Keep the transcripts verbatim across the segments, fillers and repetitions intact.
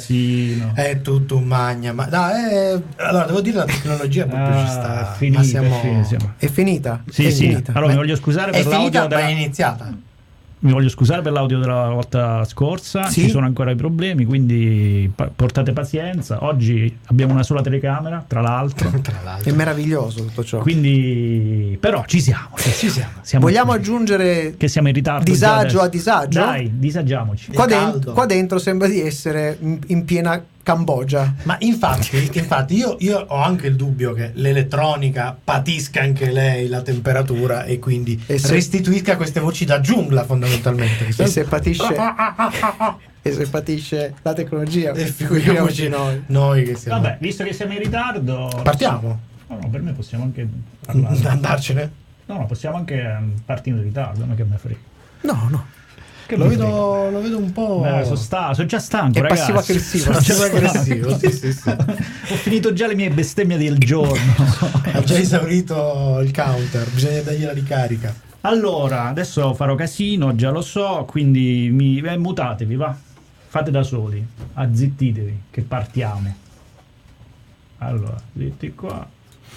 casino. È tutto un magna. Ma no, è... allora devo dire la tecnologia proprio Ah, ci sta. è finita, Ma siamo... è finita, siamo- È finita? Sì, è sì. finita. Allora Ma- mi voglio scusare È per l'audio finita, ma della... è iniziata. Mi voglio scusare per l'audio della volta scorsa, Sì? ci sono ancora i problemi, quindi pa- portate pazienza. Oggi abbiamo una sola telecamera, tra l'altro. Tra È l'altro. meraviglioso tutto ciò. Quindi, però ci siamo, ci siamo. Siamo Vogliamo qui. aggiungere Che siamo in ritardo già disagio adesso. a disagio? Dai, disagiamoci. Qua, È den- caldo. qua dentro sembra di essere in, in piena Cambogia. Ma infatti, infatti io, io ho anche il dubbio che l'elettronica patisca anche lei la temperatura e quindi E se- restituisca queste voci da giungla fondamentalmente. E se patisce e se patisce la tecnologia, E figuriamoci noi. noi che siamo. Vabbè, visto che siamo in ritardo... Partiamo. No, no, per me possiamo anche parlare. Andarcene? No, no, possiamo anche ehm, partire in ritardo, non è che me frega. No, no. Che Lo me vedo, lo vedo un po'. frega? Eh, sono, sta- sono già stanco, È ragazzi. passivo-aggressivo, Sono già passivo-aggressivo, stanco. sì, sì, sì. Ho finito già le mie bestemmie del giorno. Ha già esaurito il counter, bisogna dargli la ricarica. Allora, adesso farò casino, già lo so, quindi mi eh, mutatevi, va. Fate da soli, azzittitevi, che partiamo. Allora, zitti qua.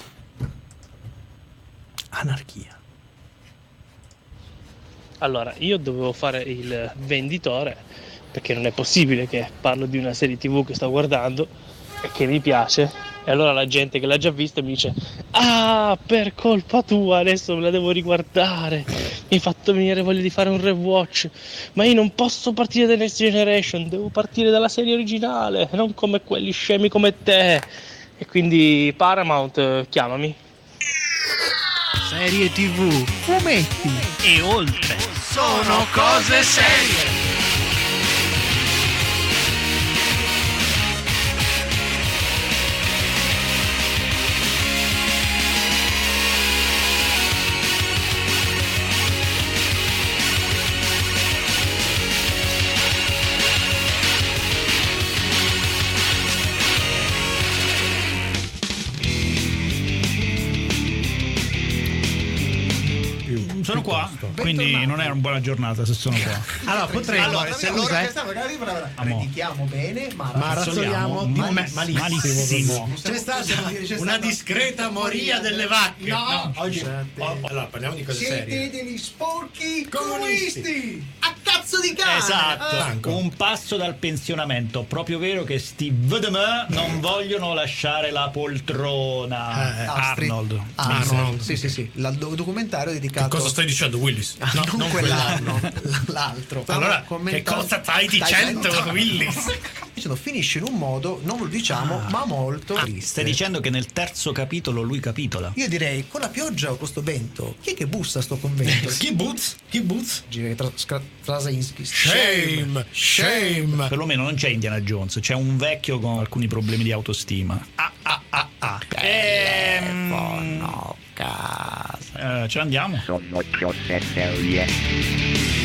Anarchia. Allora, io dovevo fare il venditore perché non è possibile che parlo di una serie tivù che sto guardando e che mi piace e allora la gente che l'ha già vista mi dice ah, per colpa tua adesso me la devo riguardare, mi hai fatto venire voglia di fare un rewatch, ma io non posso partire da Next Generation, devo partire dalla serie originale, non come quelli scemi come te. E quindi Paramount, eh, chiamami. Serie tivù Fumetti. e oltre sono cose serie. Sono qua, quindi non è una buona giornata se sono qua. Allora, potremmo. Allora, se allora, scusa, eh. questa magari Amore. predichiamo bene, ma, Ma razzoliamo di me- malissimo. malissimo. C'è stata C'è una stato- discreta moria delle vacche. No. oggi. oh, allora, parliamo di cose siete serie. degli sporchi Comunisti. comunisti. A cazzo di cane. Esatto, Franco. un passo dal pensionamento. Proprio vero che sti vedemè non vogliono lasciare la poltrona. Eh, Arnold. Arnold. Arnold. Sì, sì, sì. Il documentario dedicato. Cosa stai dicendo, Willis? Ah, No, non, non quell'anno, l'altro. Allora, Commentato- che cosa stai dicendo, Willis? Dicendo, finisce in un modo, non lo diciamo, ma molto Ah, triste. stai dicendo che nel terzo capitolo lui capitola? Io direi, con la pioggia o con sto vento, chi è che bussa a sto convento? Kibbutz? Kibbutz? Gira tra, scra- Trasinski. Shame, shame. Perlomeno non c'è Indiana Jones, c'è un vecchio con alcuni problemi di autostima. Ah, ah, ah, ah. Ehm, No, casa. eh, ce l'andiamo? Sono cose serie.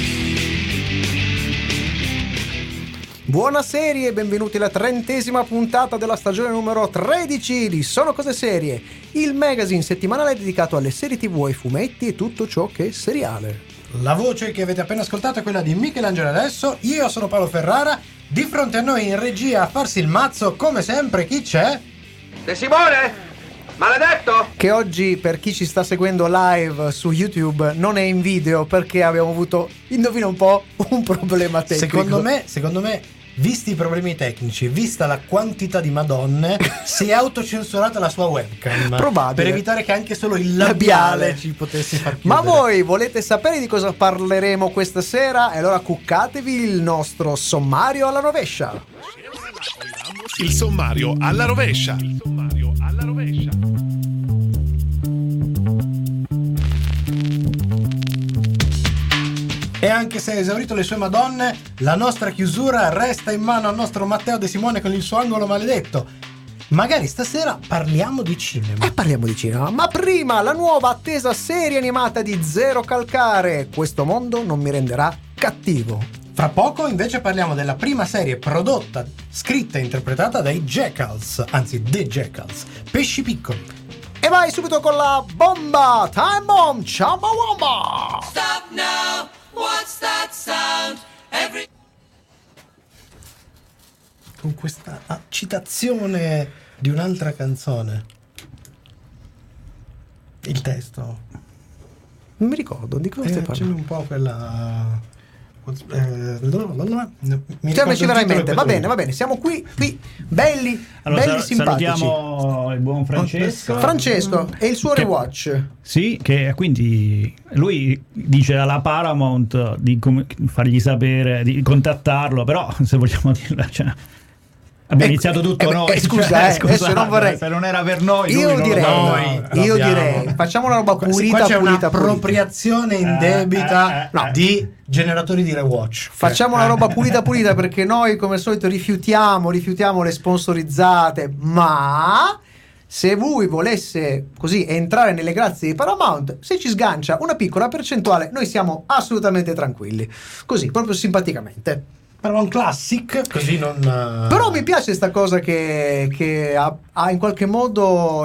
Buona serie e benvenuti alla trentesima puntata della stagione numero tredici di Sono Cose Serie, il magazine settimanale dedicato alle serie tv, ai fumetti e tutto ciò che è seriale. La voce che avete appena ascoltato è quella di Michelangelo Adesso. Io sono Paolo Ferrara. Di fronte a noi in regia a farsi il mazzo, come sempre, chi c'è? De Simone? Maledetto! Che oggi, per chi ci sta seguendo live su YouTube, non è in video perché abbiamo avuto, indovina un po', un problema tecnico. Secondo me, secondo me, visti i problemi tecnici, vista la quantità di madonne, si è autocensurata la sua webcam. Probabile. Per evitare che anche solo il labiale ci potesse far chiudere. Ma voi volete sapere di cosa parleremo questa sera? E allora cuccatevi il nostro sommario alla rovescia. Il sommario alla rovescia. Il sommario alla rovescia. E anche se ha esaurito le sue madonne, la nostra chiusura resta in mano al nostro Matteo De Simone con il suo angolo maledetto. Magari stasera parliamo di cinema. E parliamo di cinema, ma prima la nuova attesa serie animata di Zero Calcare. Questo mondo non mi renderà cattivo. Fra poco invece parliamo della prima serie prodotta, scritta e interpretata dai Jackals, anzi The Jackals, pesci piccoli. E vai subito con la bomba! Time bomb! Chumbawamba! Stop now! What's that sound? Every con questa ah, citazione di un'altra canzone. Il testo. Non mi ricordo di cosa Eh, stai c'è parlando. un po' quella... Eh, mi Cioè, mi ci verrà in ricordo il mente. titolo Va e bene, quello. va bene. Siamo qui, qui belli, Allora, belli sal- simpatici. salutiamo il buon Francesco. Francesco e il suo Che- rewatch. Sì, che quindi lui dice alla Paramount di come fargli sapere, di contattarlo, però se vogliamo dirla, cioè, abbiamo Eh, iniziato tutto eh, beh, noi. eh, scusa, cioè, eh, adesso scusate, non vorrei- se non era per noi, lui Io non lo direi, sa. noi io l'abbiamo. direi, facciamo una roba Qua- pulita, qua c'è pulita, pulita. un'appropriazione indebita Eh, eh, eh, eh. di generatori di rewatch. Facciamo Eh, una eh. roba pulita pulita perché noi come al solito rifiutiamo, rifiutiamo le sponsorizzate, ma se voi volesse così entrare nelle grazie di Paramount, se ci sgancia una piccola percentuale, noi siamo assolutamente tranquilli. Così, proprio simpaticamente. Paramount Classic, così non... eh, Però mi piace sta cosa che, che ha, ha in qualche modo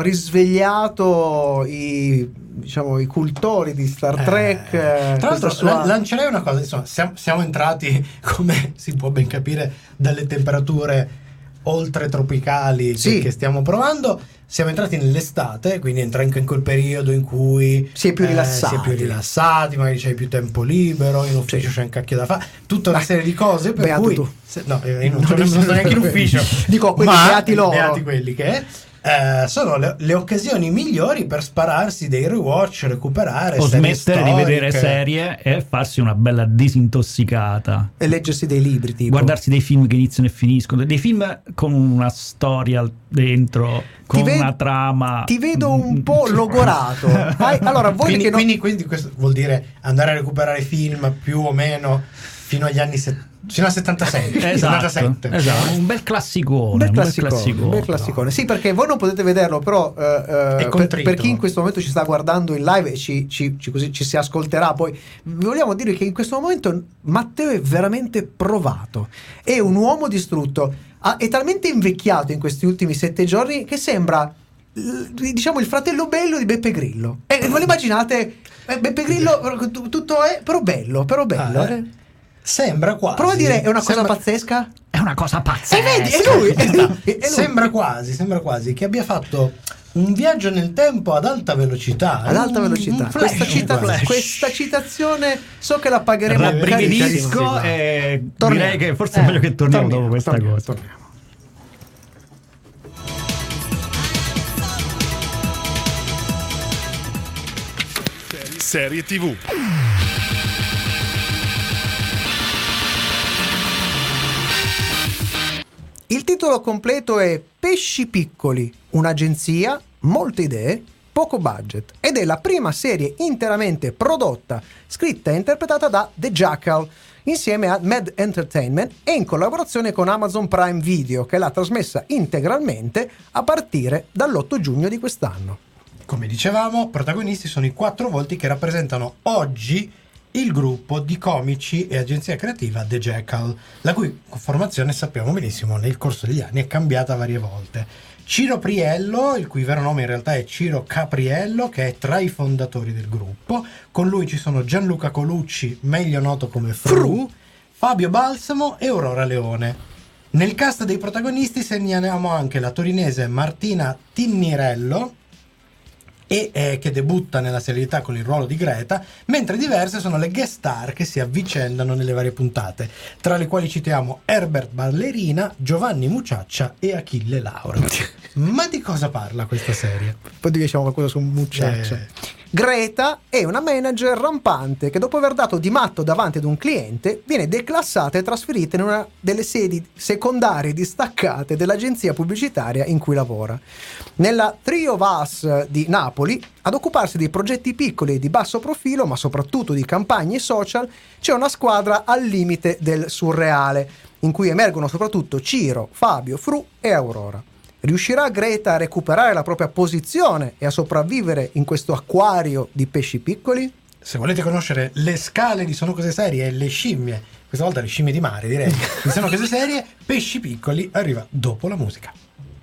risvegliato i, diciamo, i cultori di Star Eh, Trek. eh, tra questa l'altro sua- la- lancerei una cosa, insomma, siamo, siamo entrati, come si può ben capire, dalle temperature oltre tropicali Sì. che, che stiamo provando, siamo entrati nell'estate, quindi entra anche in quel periodo in cui Si è più rilassati. si è più rilassati, magari c'hai più tempo libero, in ufficio c'è un cacchio da fare, tutta una serie di cose per beato cui tu. se- no, io non, c'ho- non sto neanche in ufficio. Dico, quelli ma beati loro. beati quelli che eh, sono le, le occasioni migliori per spararsi dei rewatch, recuperare O serie smettere di vedere storiche. serie e farsi una bella disintossicata. E leggersi dei libri, tipo. Guardarsi dei film che iniziano e finiscono, dei film con una storia dentro, con ve- una trama. Ti vedo un po' logorato. Hai- allora, voi Quindi, che non- quindi, quindi questo vuol dire andare a recuperare film più o meno fino agli anni se- fino al settantasei, Esatto, settantasette. esatto, un bel classicone, Un bel un bel classicone, classicone. un bel classicone. Sì, perché voi non potete vederlo, però eh, eh, È per, contrito. per chi in questo momento ci sta guardando in live e ci, ci- ci- così ci si ascolterà, poi vi vogliamo dire che in questo momento Matteo è veramente provato. È un uomo distrutto. Ha- è talmente invecchiato in questi ultimi sette giorni che sembra, eh, diciamo, il fratello bello di Beppe Grillo. E ve lo immaginate? Eh, Beppe Grillo t- tutto è però bello, però bello. Ah, eh? eh. Sembra quasi. Prova a dire, è una cosa sembra, pazzesca? È una cosa pazzesca. E vedi, è lui, è lui, è lui. Sembra quasi, sembra quasi che abbia fatto un viaggio nel tempo ad alta velocità. Ad alta Un- velocità. un flash, questa, cita- un flash. questa citazione so che la pagheremo Rabbrividisco carissima. e Torniamo. direi che forse è Eh, meglio che torniamo, torniamo, dopo questa torniamo, cosa. torniamo. Serie tivù. Il titolo completo è Pesci Piccoli, un'agenzia, molte idee, poco budget, ed è la prima serie interamente prodotta, scritta e interpretata da The Jackal insieme a Mad Entertainment e in collaborazione con Amazon Prime Video, che l'ha trasmessa integralmente a partire dall'otto giugno di quest'anno. Come dicevamo, protagonisti sono i quattro volti che rappresentano oggi il gruppo di comici e agenzia creativa The Jackal, la cui formazione sappiamo benissimo nel corso degli anni è cambiata varie volte. Ciro Priello, il cui vero nome in realtà è Ciro Capriello, che è tra i fondatori del gruppo. Con lui ci sono Gianluca Colucci, meglio noto come Fru, Fru. Fabio Balsamo e Aurora Leone. Nel cast dei protagonisti segnaliamo anche la torinese Martina Tinnirello, e eh, che debutta nella serialità con il ruolo di Greta, mentre diverse sono le guest star che si avvicendano nelle varie puntate, tra le quali citiamo Herbert Ballerina, Giovanni Mucciaccia e Achille Laura. Ma di cosa parla questa serie? Poi diciamo qualcosa su Mucciaccia. Eh. Greta è una manager rampante che dopo aver dato di matto davanti ad un cliente viene declassata e trasferita in una delle sedi secondarie distaccate dell'agenzia pubblicitaria in cui lavora. Nella Trio Vas di Napoli, ad occuparsi dei progetti piccoli e di basso profilo, ma soprattutto di campagne social, c'è una squadra al limite del surreale, in cui emergono soprattutto Ciro, Fabio, Fru e Aurora. Riuscirà Greta a recuperare la propria posizione e a sopravvivere in questo acquario di pesci piccoli? Se volete conoscere le scale di Sono Cose Serie e le scimmie, questa volta le scimmie di mare direi, di Sono Cose Serie, Pesci Piccoli arriva dopo la musica.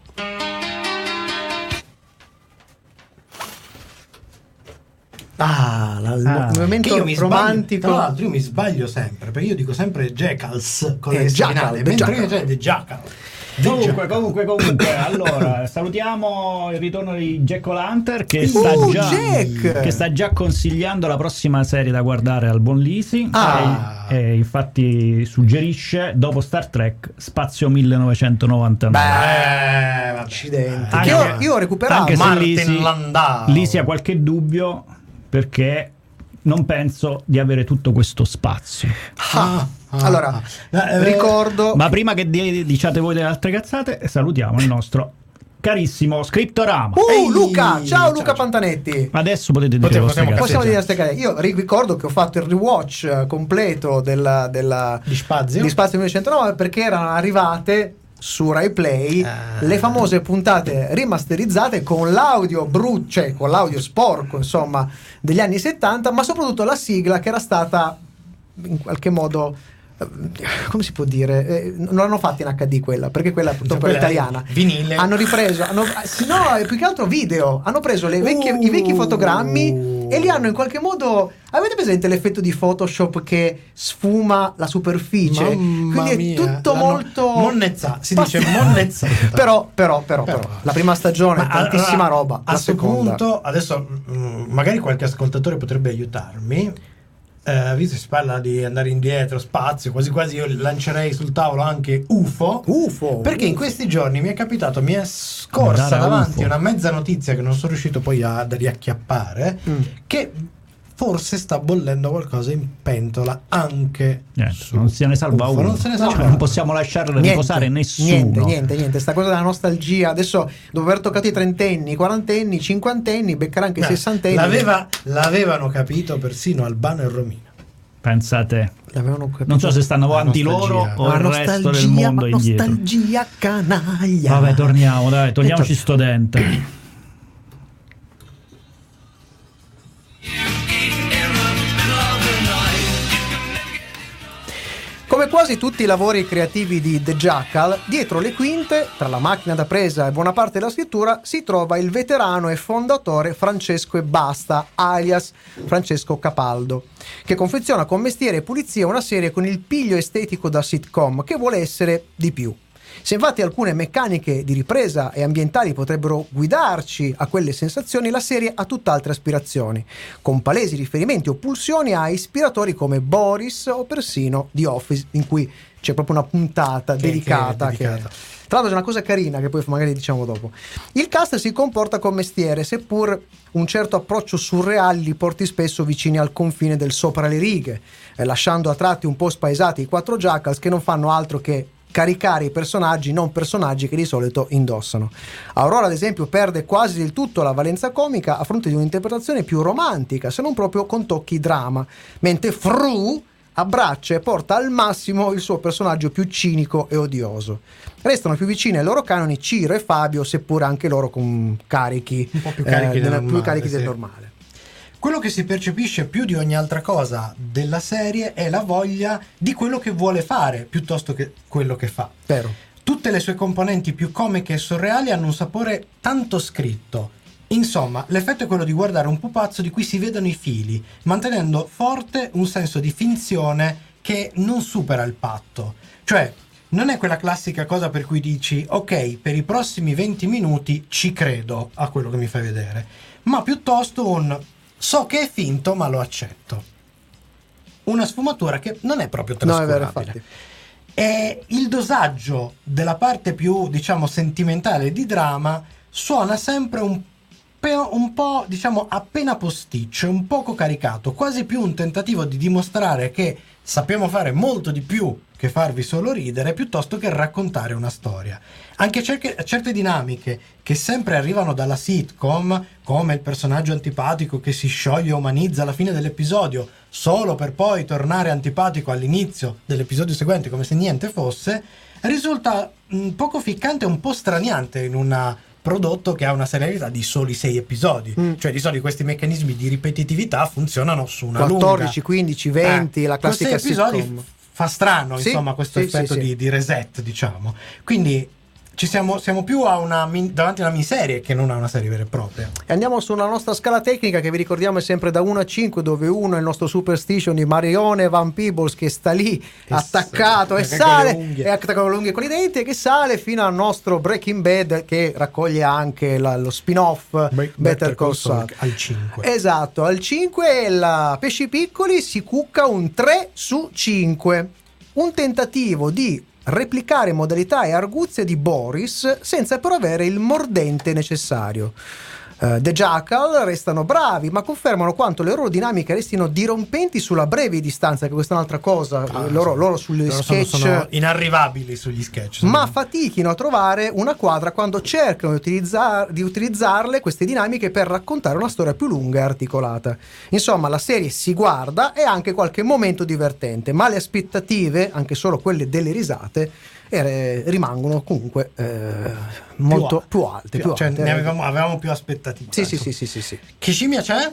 Ah, la- il Ah. momento Che io mi sbaglio- romantico. tra l'altro io mi sbaglio sempre perché io dico sempre Jackals con Eh, le Jackal, finale, The mentre Jackal. io c'è The Jackal. Comunque, comunque, comunque, allora salutiamo il ritorno di Jack O'Lantern che sta, Uh, già, Jack! che sta già consigliando la prossima serie da guardare al buon Lisi. Ah. E, e infatti suggerisce dopo Star Trek Spazio millenovecentonovantanove. Beh, accidenti. Anche- Che io, io ho recuperato. anche se Martin Lisi, Landau. Lisi ha qualche dubbio perché non penso di avere tutto questo spazio. Ah, allora, Eh, ricordo. Ma prima che di- diciate voi delle altre cazzate, salutiamo il nostro carissimo Scriptorama. Uh, Ehi, Luca, ciao Luca ciao. Pantanetti. Adesso potete dire Possiamo- le vostre possiamo- cazzate. Possiamo dire ste cose. Io ri- ricordo che ho fatto il rewatch eh, completo della, della Di Spazio? di Spazio millenovecentonove perché erano arrivate su Rai Play Ah. le famose puntate rimasterizzate con l'audio brutto, cioè con l'audio sporco, insomma, degli anni settanta, ma soprattutto la sigla che era stata in qualche modo eh, come si può dire? Eh, non l'hanno fatta in acca di quella, perché quella purtroppo Quella è italiana. vinile. Hanno ripreso, hanno, sì, no, è più che altro video. Hanno preso le vecchie- Uh. i vecchi fotogrammi e li hanno in qualche modo. Avete presente l'effetto di Photoshop che sfuma la superficie? Mamma Quindi è mia, tutto l'hanno molto monnezza- si dice Pasti- monnezzata. però, però, però, Però. però, la prima stagione Ma tantissima allora, roba. A La questo seconda. punto, adesso mm, magari qualche ascoltatore potrebbe aiutarmi. Eh, visto che si parla di andare indietro, spazio, quasi quasi io lancerei sul tavolo anche U F O. U F O. Perché in U F O. questi giorni mi è capitato, mi è scorsa Andare a davanti U F O. una mezza notizia che non sono riuscito poi a- ad riacchiappare, Mm. che forse sta bollendo qualcosa in pentola anche Niente, su non se ne salva U F O. uno. Non se ne Cioè, salva non uno. possiamo lasciare Niente, riposare nessuno. Niente, niente, niente. Sta cosa della nostalgia. Adesso, dopo aver toccato i trentenni, i quarantenni, i cinquantenni, beccare anche i Beh, sessantenni. l'aveva- l'avevano capito persino Albano e Romina. Pensate, L'avevano capito. non so se stanno La avanti loro nostalgia. o Ma il resto del nostalgia, mondo ma indietro. nostalgia canaglia. Vabbè, torniamo, dai, togliamoci E sto dente. Come quasi tutti i lavori creativi di The Jackal, dietro le quinte, tra la macchina da presa e buona parte della scrittura, si trova il veterano e fondatore Francesco e Basta, alias Francesco Capaldo, che confeziona con mestiere e pulizia una serie con il piglio estetico da sitcom che vuole essere di più. Se infatti alcune meccaniche di ripresa e ambientali potrebbero guidarci a quelle sensazioni, la serie ha tutt'altre aspirazioni, con palesi riferimenti o pulsioni a ispiratori come Boris o persino The Office, in cui c'è proprio una puntata Che- dedicata. che è che- dedicata. Tra l'altro c'è una cosa carina che poi magari diciamo dopo. Il cast si comporta con mestiere, seppur un certo approccio surreale li porti spesso vicini al confine del sopra le righe, eh, lasciando a tratti un po' spaesati i quattro Jackals che non fanno altro che caricare i personaggi non personaggi che di solito indossano. Aurora ad esempio perde quasi del tutto la valenza comica a fronte di un'interpretazione più romantica, se non proprio con tocchi drama, mentre Fru abbraccia e porta al massimo il suo personaggio più cinico e odioso. Restano più vicini ai loro canoni Ciro e Fabio, seppur anche loro con carichi Un po' più carichi del della- più normale, carichi del sì. normale. Quello che si percepisce più di ogni altra cosa della serie è la voglia di quello che vuole fare piuttosto che quello che fa. Vero. Tutte le sue componenti più comiche e surreali hanno un sapore tanto scritto. Insomma, l'effetto è quello di guardare un pupazzo di cui si vedono i fili, mantenendo forte un senso di finzione che non supera il patto. Cioè, non è quella classica cosa per cui dici ok, per i prossimi venti minuti ci credo a quello che mi fai vedere, ma piuttosto un so che è finto ma lo accetto. Una sfumatura che non è proprio No, è vero, trascurabile. infatti. E il dosaggio della parte più, diciamo, sentimentale di dramma suona sempre un, pe- un po', diciamo, appena posticcio, un poco caricato, quasi più un tentativo di dimostrare che sappiamo fare molto di più che farvi solo ridere, piuttosto che raccontare una storia. Anche cerche- certe dinamiche che sempre arrivano dalla sitcom, come il personaggio antipatico che si scioglie e umanizza alla fine dell'episodio, solo per poi tornare antipatico all'inizio dell'episodio seguente come se niente fosse, risulta un poco ficcante e un po' straniante in un prodotto che ha una serialità di soli sei episodi. Mm. Cioè di solito questi meccanismi di ripetitività funzionano su una quattordici, lunga. quindici, venti, Eh, la classica con sei episodi sitcom. f- fa strano, Sì, insomma, questo sì, effetto sì, sì. Di, di reset, diciamo. Quindi ci siamo, siamo più a una min- davanti a una miniserie che non a una serie vera e propria. E andiamo sulla nostra scala tecnica, che vi ricordiamo è sempre da uno a cinque, dove uno è il nostro superstition di Marione Van Peebles, che sta lì Che attaccato sa- e con le sale unghie. e attaccato con le unghie e con i denti, e che sale fino al nostro Breaking Bad, che raccoglie anche la- lo spin-off Break- Better Call Saul al cinque. Esatto, al cinque la Pesci Piccoli si cucca un tre su cinque, un tentativo di replicare modalità e arguzie di Boris senza però avere il mordente necessario. Uh, The Jackal restano bravi, ma confermano quanto le loro dinamiche restino dirompenti sulla breve distanza, che questa è un'altra cosa. Ah, loro, sì. loro sugli Loro sono, sketch sono inarrivabili sugli sketch. ma fatichino a trovare una quadra quando cercano di, utilizzar- di utilizzarle queste dinamiche per raccontare una storia più lunga e articolata. Insomma, la serie si guarda e ha anche qualche momento divertente, ma le aspettative, anche solo quelle delle risate, eh, rimangono comunque eh, molto più alte, più cioè, alte. ne avevamo, avevamo più aspettative. Sì, sì, ecco. sì, sì, sì, sì. Che scimmia c'è?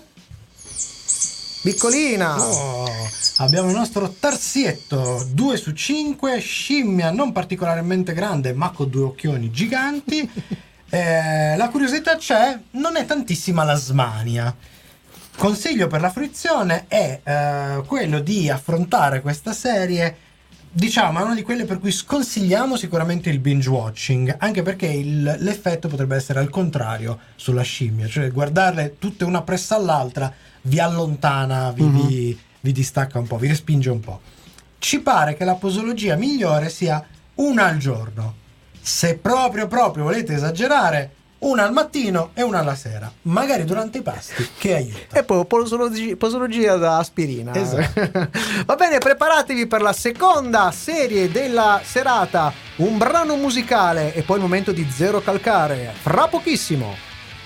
Piccolina. Oh, abbiamo il nostro tarsietto, due su cinque, scimmia non particolarmente grande ma con due occhioni giganti. Eh, la curiosità c'è, non è tantissima la smania. Consiglio per la fruizione è eh, quello di affrontare questa serie, diciamo, è una di quelle per cui sconsigliamo sicuramente il binge watching, anche perché il- l'effetto potrebbe essere al contrario sulla scimmia, cioè guardarle tutte una pressa all'altra vi allontana, vi, Mhm. vi, vi distacca un po', vi respinge un po'. Ci pare che la posologia migliore sia una al giorno. Se proprio proprio volete esagerare, una al mattino e una alla sera, magari durante i pasti, che aiuta. E poi posologi- posologia da aspirina. Esatto. Va bene, preparatevi per la seconda serie della serata, un brano musicale e poi il momento di Zero Calcare, fra pochissimo.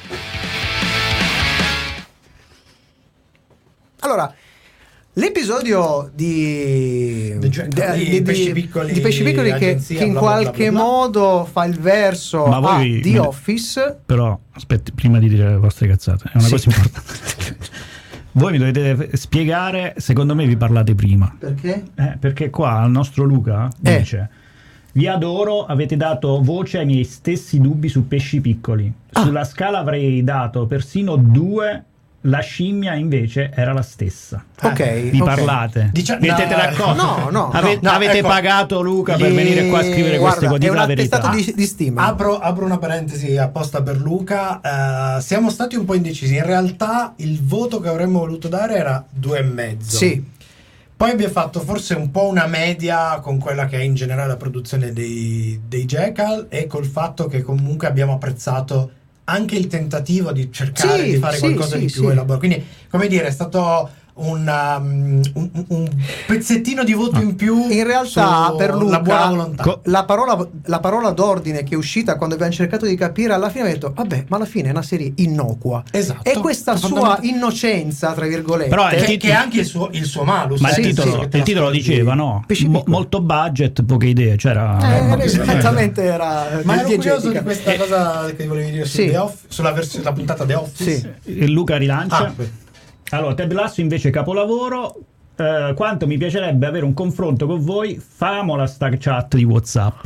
Allora, l'episodio di Di Jack- di Pesci Piccoli, di Pesci Piccoli che, agenzia, che in bla bla bla qualche bla bla. modo fa il verso Ma a voi The me- Office. Però, aspetti, prima di dire le vostre cazzate, è una Sì. cosa importante. Voi mi dovete spiegare, secondo me vi parlate prima. Perché? Eh, perché qua il nostro Luca Eh. dice: vi adoro, avete dato voce ai miei stessi dubbi su Pesci Piccoli. Ah. Sulla scala avrei dato persino due, la scimmia invece era la stessa. Ok. Vi ok. parlate? Dicia- Mettete no, d'accordo? no, no, Ave- no, avete ecco. pagato Luca per Gli- venire qua a scrivere queste guarda, cose, è dite un la verità. attestato di, di stima. Apro, apro una parentesi apposta per Luca. eh, siamo stati un po' indecisi. In realtà il voto che avremmo voluto dare era due e mezzo. Sì. Poi abbiamo fatto forse un po' una media con quella che è in generale la produzione dei, dei Jackal e col fatto che comunque abbiamo apprezzato anche il tentativo di cercare Sì, di fare sì, qualcosa sì, di più sì. elaborato. Quindi, come dire, è stato un, um, un, un pezzettino di voto in più In realtà su per Luca la buona volontà. Co- la parola, la parola d'ordine che è uscita quando abbiamo cercato di capire, alla fine ha detto vabbè, ma alla fine è una serie innocua. Esatto. E questa sua Fondamental- innocenza, tra virgolette, Però è il che, titolo- che è anche il suo, il suo malus. Ma eh, il nel titolo, senso che te il la titolo lo scordi. diceva, no? Pesci Mo- piccoli. molto budget, poche idee. C'era. Eh, Eh, esattamente era Ma ero diegetica. curioso di questa cosa che volevi dire su Sì. The Office, sulla versione, la puntata The Office. Sì. E Luca rilancia. Ah, beh. Allora, Ted Lasso invece capolavoro. Eh, quanto mi piacerebbe avere un confronto con voi, famola sta chat di WhatsApp.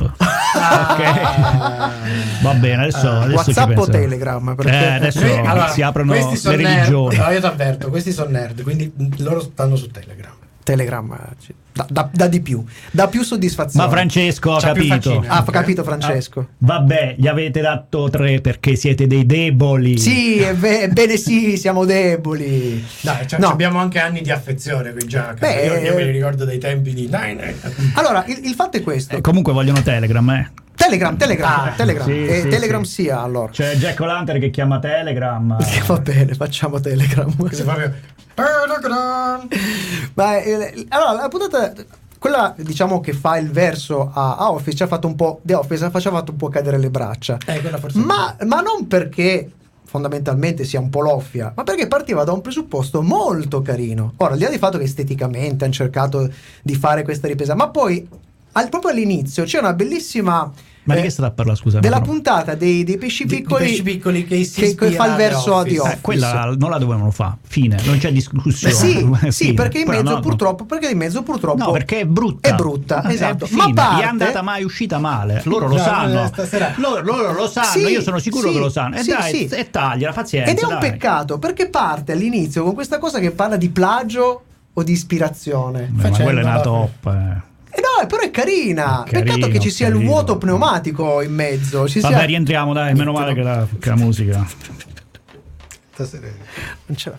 Ok, va bene. Adesso, Ah, adesso ci WhatsApp o penso. Telegram? Perché- Eh, adesso Que- allora, si aprono questi le sono religioni. nerd. Allora, io ti avverto, questi sono nerd, quindi loro stanno su Telegram. Telegram eh, ci- da, da- da di più, da più soddisfazione. Ma Francesco ha C'ha più capito. faccine. ha capito Francesco. Vabbè, gli avete dato tre perché siete dei deboli. Sì, ebbe- ebbene sì, siamo deboli. Dai, cioè, No. abbiamo anche anni di affezione con i Jackal. Beh, io, io eh, me li ricordo dai tempi di Nine. Allora, il, il fatto è questo. Eh, comunque vogliono Telegram, eh. Telegram, Telegram, Ah, Telegram. sì, e sì, Telegram sì. sia allora. C'è Jack O'Lantern che chiama Telegram. Va bene, facciamo Telegram. Questo è proprio Telegram. Ma eh, allora la puntata, quella diciamo che fa il verso a, a Office, ci ha fatto un po'. The Office ci ha fatto un po' cadere le braccia. Eh, quella forse Ma, ma non perché fondamentalmente sia un po' loffia, ma perché partiva da un presupposto molto carino. Ora, al di là del fatto che esteticamente hanno cercato di fare questa ripresa, ma poi al- proprio all'inizio c'è una bellissima Ma di Eh, che state a parlare, scusa? della però? puntata dei, dei pesci Di- di piccoli, pesci piccoli che si che, che ispira fa il a verso The a The Office. Office. Eh, quella non la dovevano fare, fine, non c'è discussione. Beh, sì, sì, Fine. perché in Quella mezzo no, purtroppo, perché in mezzo purtroppo No, perché è brutta. È brutta, Eh, esatto. fine. Ma parte- Gli è andata mai uscita male. Loro lo No, sanno. stasera- Loro, loro lo sanno, Sì, io sono sicuro sì, che lo sanno. E sì, dai, sì. e taglia, pazienza. Ed è un dai. peccato perché parte all'inizio con questa cosa che parla di plagio o di ispirazione. Beh, ma Facendo quella è una la- top. eh. E no, però è carina. È carino, Peccato che ci sia il carino. vuoto pneumatico in mezzo. Ci Vabbè, sia... rientriamo, dai, meno male che la, che la musica. Stasera. Non c'è.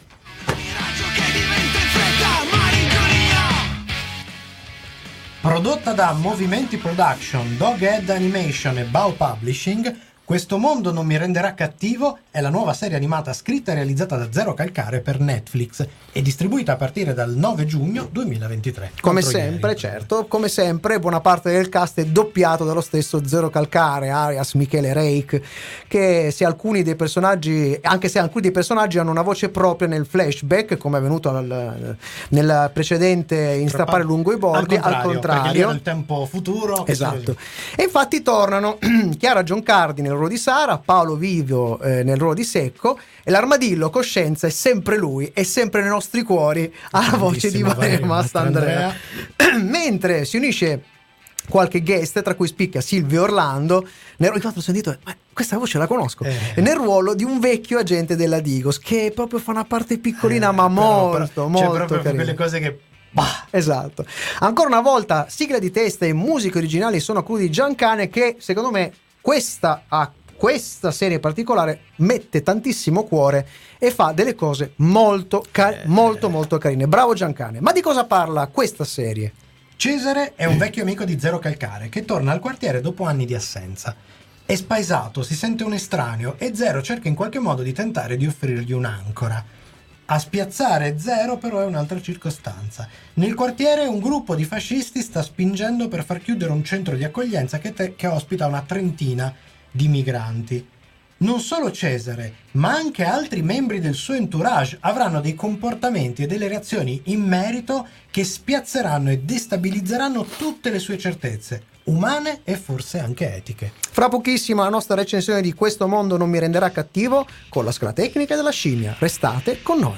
Prodotta da Movimenti Production, Doghead Animation e Bao Publishing, Questo mondo non mi renderà cattivo è la nuova serie animata scritta e realizzata da Zero Calcare per Netflix e distribuita a partire dal nove giugno duemilaventitré. Come Contro sempre, ieri. certo, come sempre buona parte del cast è doppiato dallo stesso Zero Calcare, alias Michele Reich, che se alcuni dei personaggi, anche se alcuni dei personaggi hanno una voce propria nel flashback, come è avvenuto al, nel precedente in Tra Strappare pa- lungo i bordi, al perché lì contrario. era il tempo futuro. Esatto. E infatti tornano Chiara Giancardi nel ruolo di Sara, Paolo Vivio eh, nel ruolo di Secco, e l'armadillo Coscienza è sempre lui, è sempre nei nostri cuori, alla voce di Valerio Mastandrea. Mentre si unisce qualche guest, tra cui spicca Silvio Orlando, nel, infatti ho sentito, ma questa voce la conosco, Eh. nel ruolo di un vecchio agente della Digos, che proprio fa una parte piccolina, Eh, ma però- molto, però- molto c'è proprio carina. quelle cose che bah, Esatto. Ancora una volta, sigla di testa e musiche originali sono a cura di Giancane, che secondo me questa a questa serie particolare mette tantissimo cuore e fa delle cose molto ca- molto molto carine. Bravo Giancane. Ma di cosa parla questa serie? Cesare è un vecchio amico di Zero Calcare che torna al quartiere dopo anni di assenza. È spaesato, si sente un estraneo e Zero cerca in qualche modo di tentare di offrirgli un'ancora. A spiazzare Zero però è un'altra circostanza. Nel quartiere un gruppo di fascisti sta spingendo per far chiudere un centro di accoglienza che, te- che ospita una trentina di migranti. Non solo Cesare, ma anche altri membri del suo entourage avranno dei comportamenti e delle reazioni in merito che spiazzeranno e destabilizzeranno tutte le sue certezze, umane e forse anche etiche. Fra pochissimo la nostra recensione di Questo mondo non mi renderà cattivo con la scala tecnica della scimmia. Restate con noi.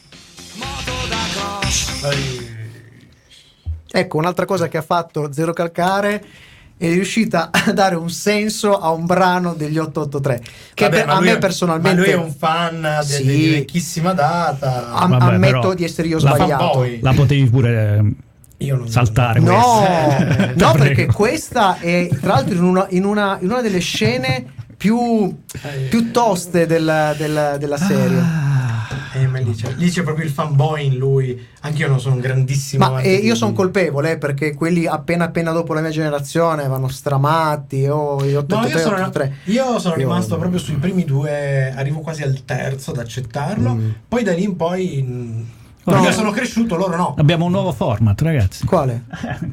Ecco, un'altra cosa che ha fatto Zero Calcare è riuscita a dare un senso a un brano degli otto otto tre che Vabbè, per- ma a lui me è- personalmente ma lui è un fan de- Sì. de- di vecchissima data. Am- Vabbè, ammetto però di essere io la sbagliato. fanboy. La potevi pure eh, Io non saltare No, questa. Ti no, prego. perché questa è tra l'altro in una, in una, in una delle scene più, più toste del- del- della serie. Eh, ma lì, c'è, lì c'è proprio il fanboy in lui. Anche io non sono un grandissimo Ma amante eh, di- io sono colpevole eh, perché quelli appena appena dopo la mia generazione vanno stramati o gli No, otto otto tre, io sono, otto otto tre. io sono Io- rimasto proprio sui primi due, arrivo quasi al terzo ad accettarlo. Mm. Poi da lì in poi mh, No. io sono cresciuto, loro no. Abbiamo un nuovo format, ragazzi. Quale?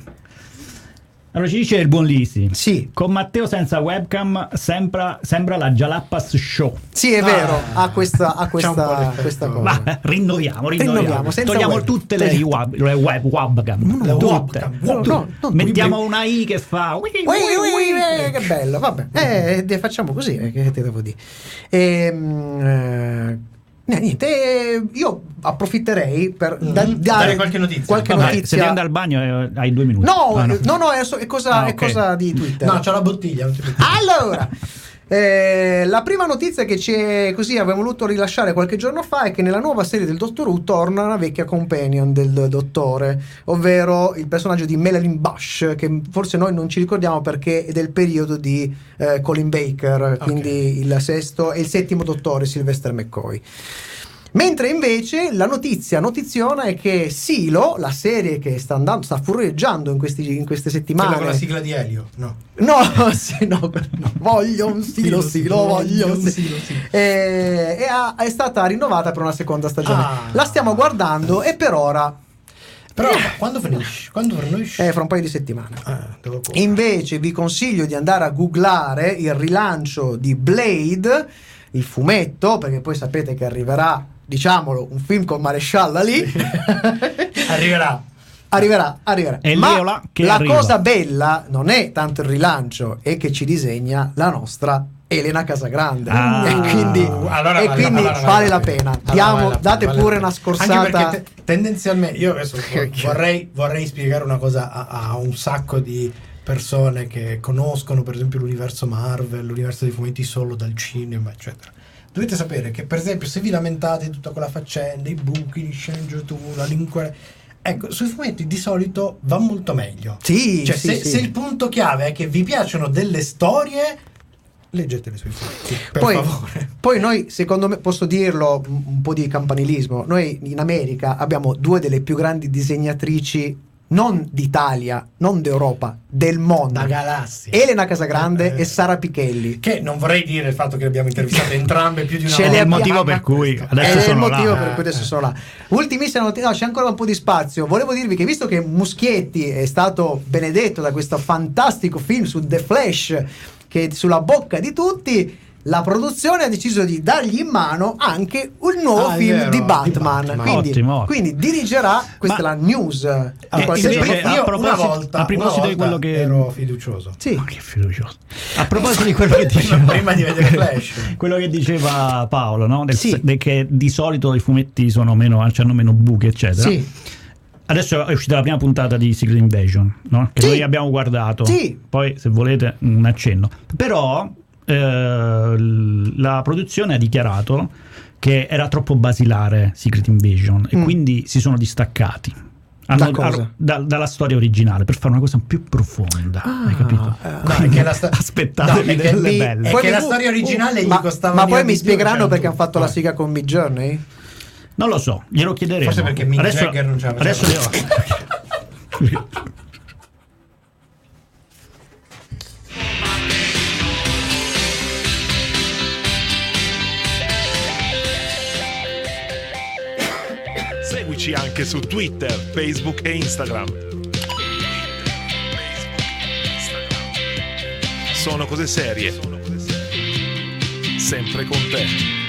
Allora ci dice il buon Lisi. Sì, Con Matteo senza webcam sembra, sembra la Jalapas Show. sì, è Ah. vero, ha questa, ha C'è un po' questa, l'effetto. questa cosa. Ma rinnoviamo, rinnoviamo. Rinnoviamo, senza Togliamo web. tutte le web, le web webcam. La tutte. webcam, No, web- no, no, Mettiamo una I che fa. Ui, ui, ui, eh, che bello, vabbè, eh, eh, facciamo così, eh, che ti devo dire. Ehm, eh, eh, niente, eh, io approfitterei per da- Mhm. dare, Dare qualche notizia. qualche Vabbè, se notizia. devi andare al bagno eh, hai due minuti. No, Ah, no, no, è, so- è cosa, Ah, è ok. cosa di Twitter. No, c'ho la bottiglia. Non ti preoccupare. Allora, eh, la prima notizia che ci è così abbiamo voluto rilasciare qualche giorno fa è che nella nuova serie del Doctor Who torna una vecchia companion del dottore, ovvero il personaggio di Melanie Bush, che forse noi non ci ricordiamo perché è del periodo di eh, Colin Baker, quindi il sesto e il settimo dottore Sylvester McCoy. Mentre invece la notizia notiziona è che Silo, la serie che sta andando, sta fureggiando in, questi, in queste Quella settimane, con la sigla di Elio. No. No, sì, no, no, voglio un silo, silo, voglio un silo. Eh, e ha- è stata rinnovata per una seconda stagione. Ah. La stiamo guardando e per ora, Però quando finisce? Quando finisce? eh, fra un paio di settimane. Ah, devo pure. Invece vi consiglio di andare a googlare il rilancio di Blade, il fumetto, perché poi sapete che arriverà, diciamolo, un film con Marescialla lì. Arriverà. Arriverà, arriverà. E Ma Leola che la arriva. cosa bella non è tanto il rilancio, è che ci disegna la nostra Elena Casagrande. Ah. E quindi, Allora e vale- quindi allora vale la pena. Allora Diamo, vale la pena, date vale la pure pena. una scorsata. Anche perché te- tendenzialmente io adesso vorrei, vorrei spiegare una cosa a, a un sacco di persone che conoscono per esempio l'universo Marvel, l'universo dei fumetti solo dal cinema, eccetera. Dovete sapere che per esempio se vi lamentate di tutta quella faccenda, i buchi di sceneggiatura, l'inquadratura, ecco, sui fumetti di solito va molto meglio. Sì, Cioè, sì, se, sì. se il punto chiave è che vi piacciono delle storie, leggetele sui fumetti, per poi, favore. poi noi, secondo me, posso dirlo, un un po' di campanilismo, noi in America abbiamo due delle più grandi disegnatrici non d'Italia, non d'Europa, del mondo. Da galassia. Elena Casagrande Eh, e Sara Pichelli. Che non vorrei dire il fatto che le abbiamo intervistate entrambe più di una Ce volta. le È il abbiamo- motivo per ma cui questo- adesso È il sono motivo là. per cui adesso sono là. Ultimissima notizia, no, c'è ancora un po' di spazio. Volevo dirvi che visto che Muschietti è stato benedetto da questo fantastico film su The Flash, che è sulla bocca di tutti, la produzione ha deciso di dargli in mano anche un nuovo Ah, è film vero, di di Batman. Batman. Quindi, Ottimo, ottimo. quindi dirigerà, questa Ma- è la news. Eh, Qualsiasi- invece, io a proposito- una volta, a proposito una di quello volta che- ero fiducioso. sì. Ma che fiducioso. A proposito di quello che diceva Prima di vedere Flash. quello che diceva Paolo, no? Del Sì. se- de- che di solito i fumetti sono meno, hanno meno buchi, eccetera. Sì. Adesso è uscita la prima puntata di Secret Invasion, no? Che Sì. noi abbiamo guardato. Sì. Poi, se volete, un accenno. Però eh, l- la produzione ha dichiarato che era troppo basilare Secret Invasion e Mm. quindi si sono distaccati. Da Hanno- cosa? hanno- da- dalla storia originale per fare una cosa più profonda. hai capito? eh, No, è che la sto- Aspettatevi no, è che delle mi- belle. è Poi che mi- la storia originale gli ma, costava ma via poi di mi più, spiegheranno c'erano perché hanno tutti. fatto la Eh. siga con Mid Journey? Non lo so, glielo chiederemo. Forse perché Mick adesso, Jagger non ce la adesso faceva. glielo- Seguici anche su Twitter, Facebook e Instagram. Sono cose serie. Sempre con te.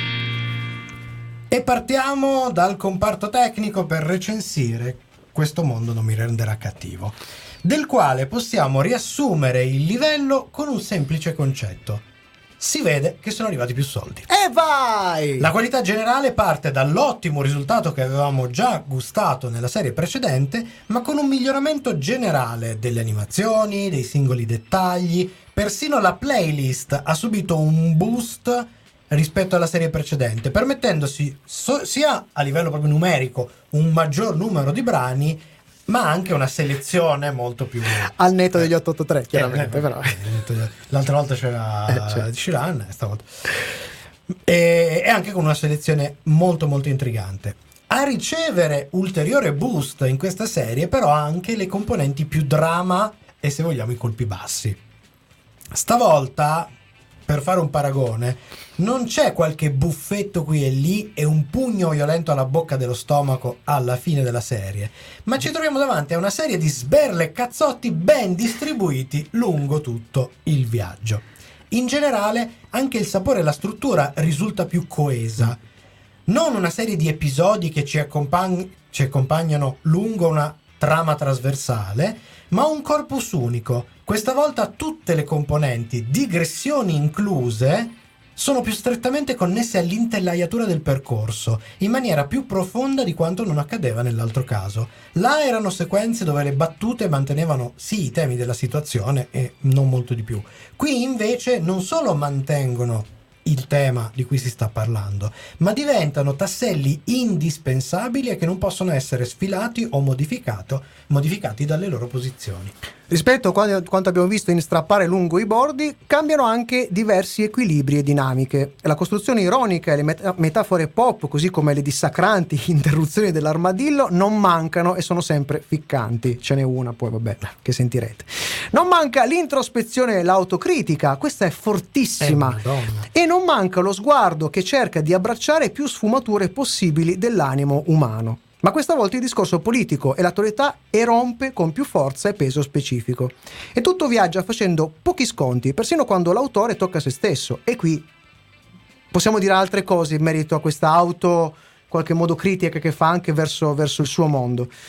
E partiamo dal comparto tecnico per recensire Questo mondo non mi renderà cattivo, del quale possiamo riassumere il livello con un semplice concetto. Si vede che sono arrivati più soldi. E vai! La qualità generale parte dall'ottimo risultato che avevamo già gustato nella serie precedente, ma con un miglioramento generale delle animazioni, dei singoli dettagli. Persino la playlist ha subito un boost rispetto alla serie precedente, permettendosi so- sia a livello proprio numerico un maggior numero di brani, ma anche una selezione molto più Al netto degli otto otto tre, chiaramente, eh, però. eh, l'altra volta c'era Eh, certo. Shiran, stavolta e, e anche con una selezione molto molto intrigante. A ricevere ulteriore boost in questa serie però anche le componenti più drama e, se vogliamo, i colpi bassi. Stavolta, per fare un paragone, non c'è qualche buffetto qui e lì e un pugno violento alla bocca dello stomaco alla fine della serie, ma ci troviamo davanti a una serie di sberle e cazzotti ben distribuiti lungo tutto il viaggio. In generale, anche il sapore e la struttura risulta più coesa. Non una serie di episodi che ci, accompagn- ci accompagnano lungo una trama trasversale, ma un corpus unico. Questa volta tutte le componenti, digressioni incluse, sono più strettamente connesse all'intelaiatura del percorso, in maniera più profonda di quanto non accadeva nell'altro caso. Là erano sequenze dove le battute mantenevano sì i temi della situazione e non molto di più. Qui invece non solo mantengono il tema di cui si sta parlando, ma diventano tasselli indispensabili e che non possono essere sfilati o modificato, modificati dalle loro posizioni. Rispetto a quanto quanto abbiamo visto in Strappare lungo i bordi, cambiano anche diversi equilibri e dinamiche. La costruzione ironica e le met- metafore pop, così come le dissacranti interruzioni dell'armadillo, non mancano e sono sempre ficcanti. Ce n'è una, poi vabbè, che sentirete. Non manca l'introspezione e l'autocritica, questa è fortissima. Eh, Madonna. E non manca lo sguardo che cerca di abbracciare più sfumature possibili dell'animo umano. Ma questa volta il discorso politico e l'attualità erompe con più forza e peso specifico. E tutto viaggia facendo pochi sconti, persino quando l'autore tocca se stesso. E qui possiamo dire altre cose in merito a questa auto, in qualche modo, critica che fa anche verso, verso il suo mondo.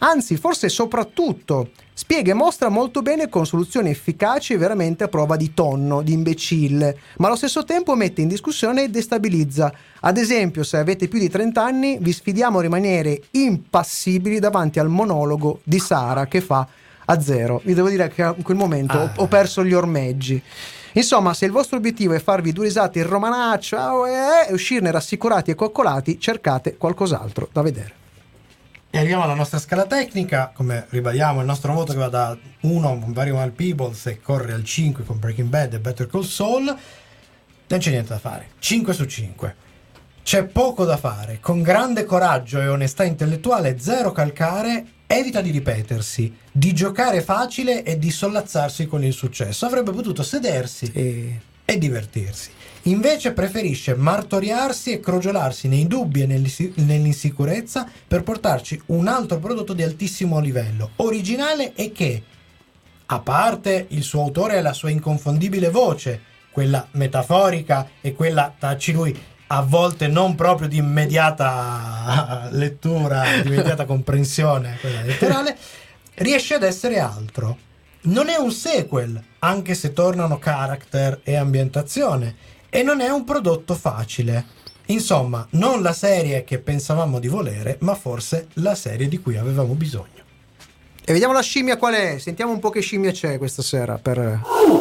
Anzi, forse soprattutto spiega e mostra molto bene con soluzioni efficaci e veramente a prova di tonno, di imbecille, ma allo stesso tempo mette in discussione e destabilizza. Ad esempio, se avete più di trenta anni, vi sfidiamo a rimanere impassibili davanti al monologo di Sara che fa a zero. Vi devo dire che in quel momento ah. ho, ho perso gli ormeggi. Insomma, se il vostro obiettivo è farvi due risate in romanaccio e uscirne rassicurati e coccolati, cercate qualcos'altro da vedere. E arriviamo alla nostra scala tecnica, come ribadiamo il nostro voto che va da uno con Very Well Peoples e corre al cinque con Breaking Bad e Better Call Saul. Non c'è niente da fare, cinque su cinque. C'è poco da fare, con grande coraggio e onestà intellettuale, zero calcare, evita di ripetersi, di giocare facile e di sollazzarsi con il successo. Avrebbe potuto sedersi e, e divertirsi. Invece preferisce martoriarsi e crogiolarsi nei dubbi e nell'insicurezza per portarci un altro prodotto di altissimo livello, originale e che, a parte il suo autore e la sua inconfondibile voce, quella metaforica e quella, tacci lui, a volte non proprio di immediata lettura, di immediata comprensione, quella letterale, riesce ad essere altro. Non è un sequel, anche se tornano character e ambientazione. E non è un prodotto facile. Insomma, non la serie che pensavamo di volere, ma forse la serie di cui avevamo bisogno. E vediamo la scimmia qual è. Sentiamo un po' che scimmia c'è questa sera per...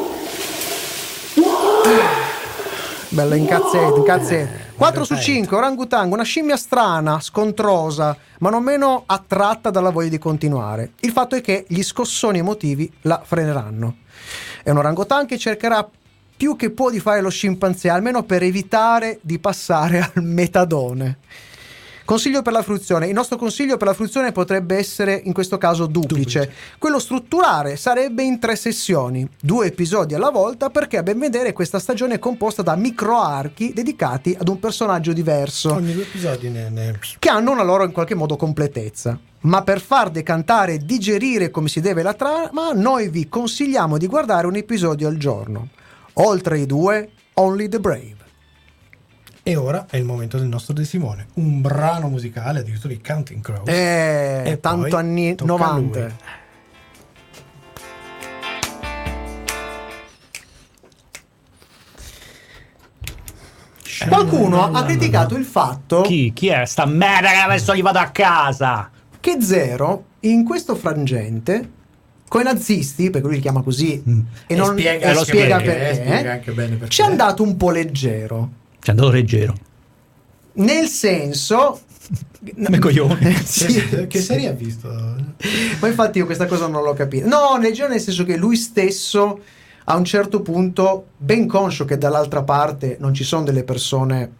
Bella incazzetta, incazzetta. quattro su cinque, orangutang, una scimmia strana, scontrosa, ma non meno attratta dalla voglia di continuare. Il fatto è che gli scossoni emotivi la freneranno. È un orangutang che cercherà più che può di fare lo scimpanzé, almeno per evitare di passare al metadone. Consiglio per la fruizione. Il nostro consiglio per la fruizione potrebbe essere in questo caso duplice. duplice. Quello strutturare sarebbe in tre sessioni, due episodi alla volta, perché a ben vedere questa stagione è composta da microarchi dedicati ad un personaggio diverso. Ogni due episodi ne, ne... che hanno una loro in qualche modo completezza. Ma per far decantare e digerire come si deve la trama, noi vi consigliamo di guardare un episodio al giorno. Oltre i due, Only the Brave. E ora è il momento del nostro De Simone, un brano musicale addirittura di Counting Crows. Eh, e tanto anni novanta. Qualcuno ha criticato il fatto Chi? Chi è sta merda che adesso gli vado a casa? Che Zero in questo frangente con i nazisti, perché lui li chiama così mm. e, non, e spiega, e lo spiega bene, perché, eh, spiega anche bene perché ci è andato un po' leggero. Ci è andato leggero. Nel senso come coglione. Sì. Che, che serie ha visto? Ma infatti io questa cosa non l'ho capita. No, leggero nel senso che lui stesso a un certo punto, ben conscio che dall'altra parte non ci sono delle persone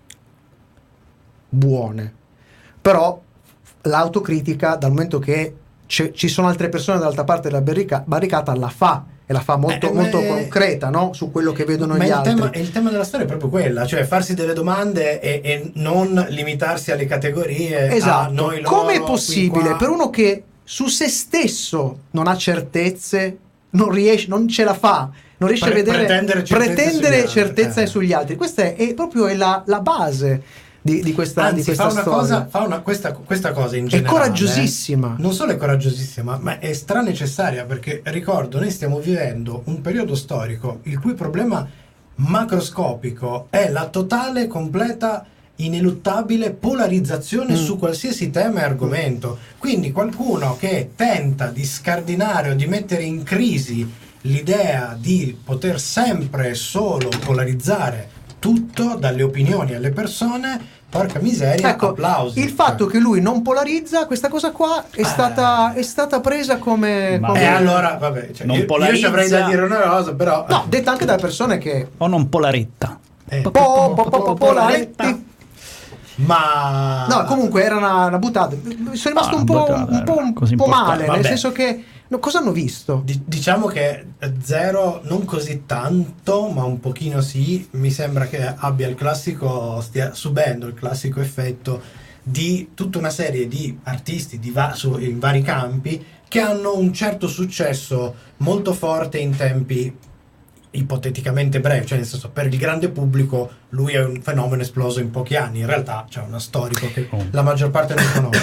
buone, però l'autocritica, dal momento che c- ci sono altre persone dall'altra parte della barrica- barricata, la fa e la fa molto, eh, molto concreta, no? Su quello che vedono ma gli il altri. Tema, il tema della storia è proprio quella, cioè farsi delle domande e, e non limitarsi alle categorie. Esatto. A noi, loro, come è possibile qui, per uno che su se stesso non ha certezze, non riesce, non ce la fa, non riesce Pre- a vedere pretendere certezza, pretendere sugli certezza altri, eh. sugli altri? Questa è, è proprio è la, la base di, di questa, Anzi, di questa fa una storia. cosa, fa una, questa, questa cosa in è generale. coraggiosissima. Eh, non solo è coraggiosissima, ma è stranecessaria, perché ricordo, noi stiamo vivendo un periodo storico il cui problema macroscopico è la totale, completa, ineluttabile polarizzazione mm. su qualsiasi tema e argomento. Quindi qualcuno che tenta di scardinare o di mettere in crisi l'idea di poter sempre solo polarizzare tutto, dalle opinioni alle persone, porca miseria, ecco, applausi. il fatto che lui non polarizza, questa cosa qua è, Ah. stata, è stata presa come... Ma- come E allora, vabbè, cioè, Non io, io polarizza. ci avrei da dire una cosa, però... No, detta anche da persone che... O non polaretta. Eh, Po, po, po, po, polaretti. Ma... No, comunque era una, una buttata. Sono rimasto Ah, un po', buttata, un po', un così po' importante. male, nel Vabbè. senso che... no, cosa hanno visto? Di- diciamo che Zero non così tanto, ma un pochino sì, mi sembra che abbia il classico, stia subendo il classico effetto di tutta una serie di artisti di va- su, in vari campi che hanno un certo successo molto forte in tempi ipoteticamente brevi, cioè nel senso, per il grande pubblico lui è un fenomeno esploso in pochi anni, in realtà c'è uno storico che Oh. la maggior parte non conosce.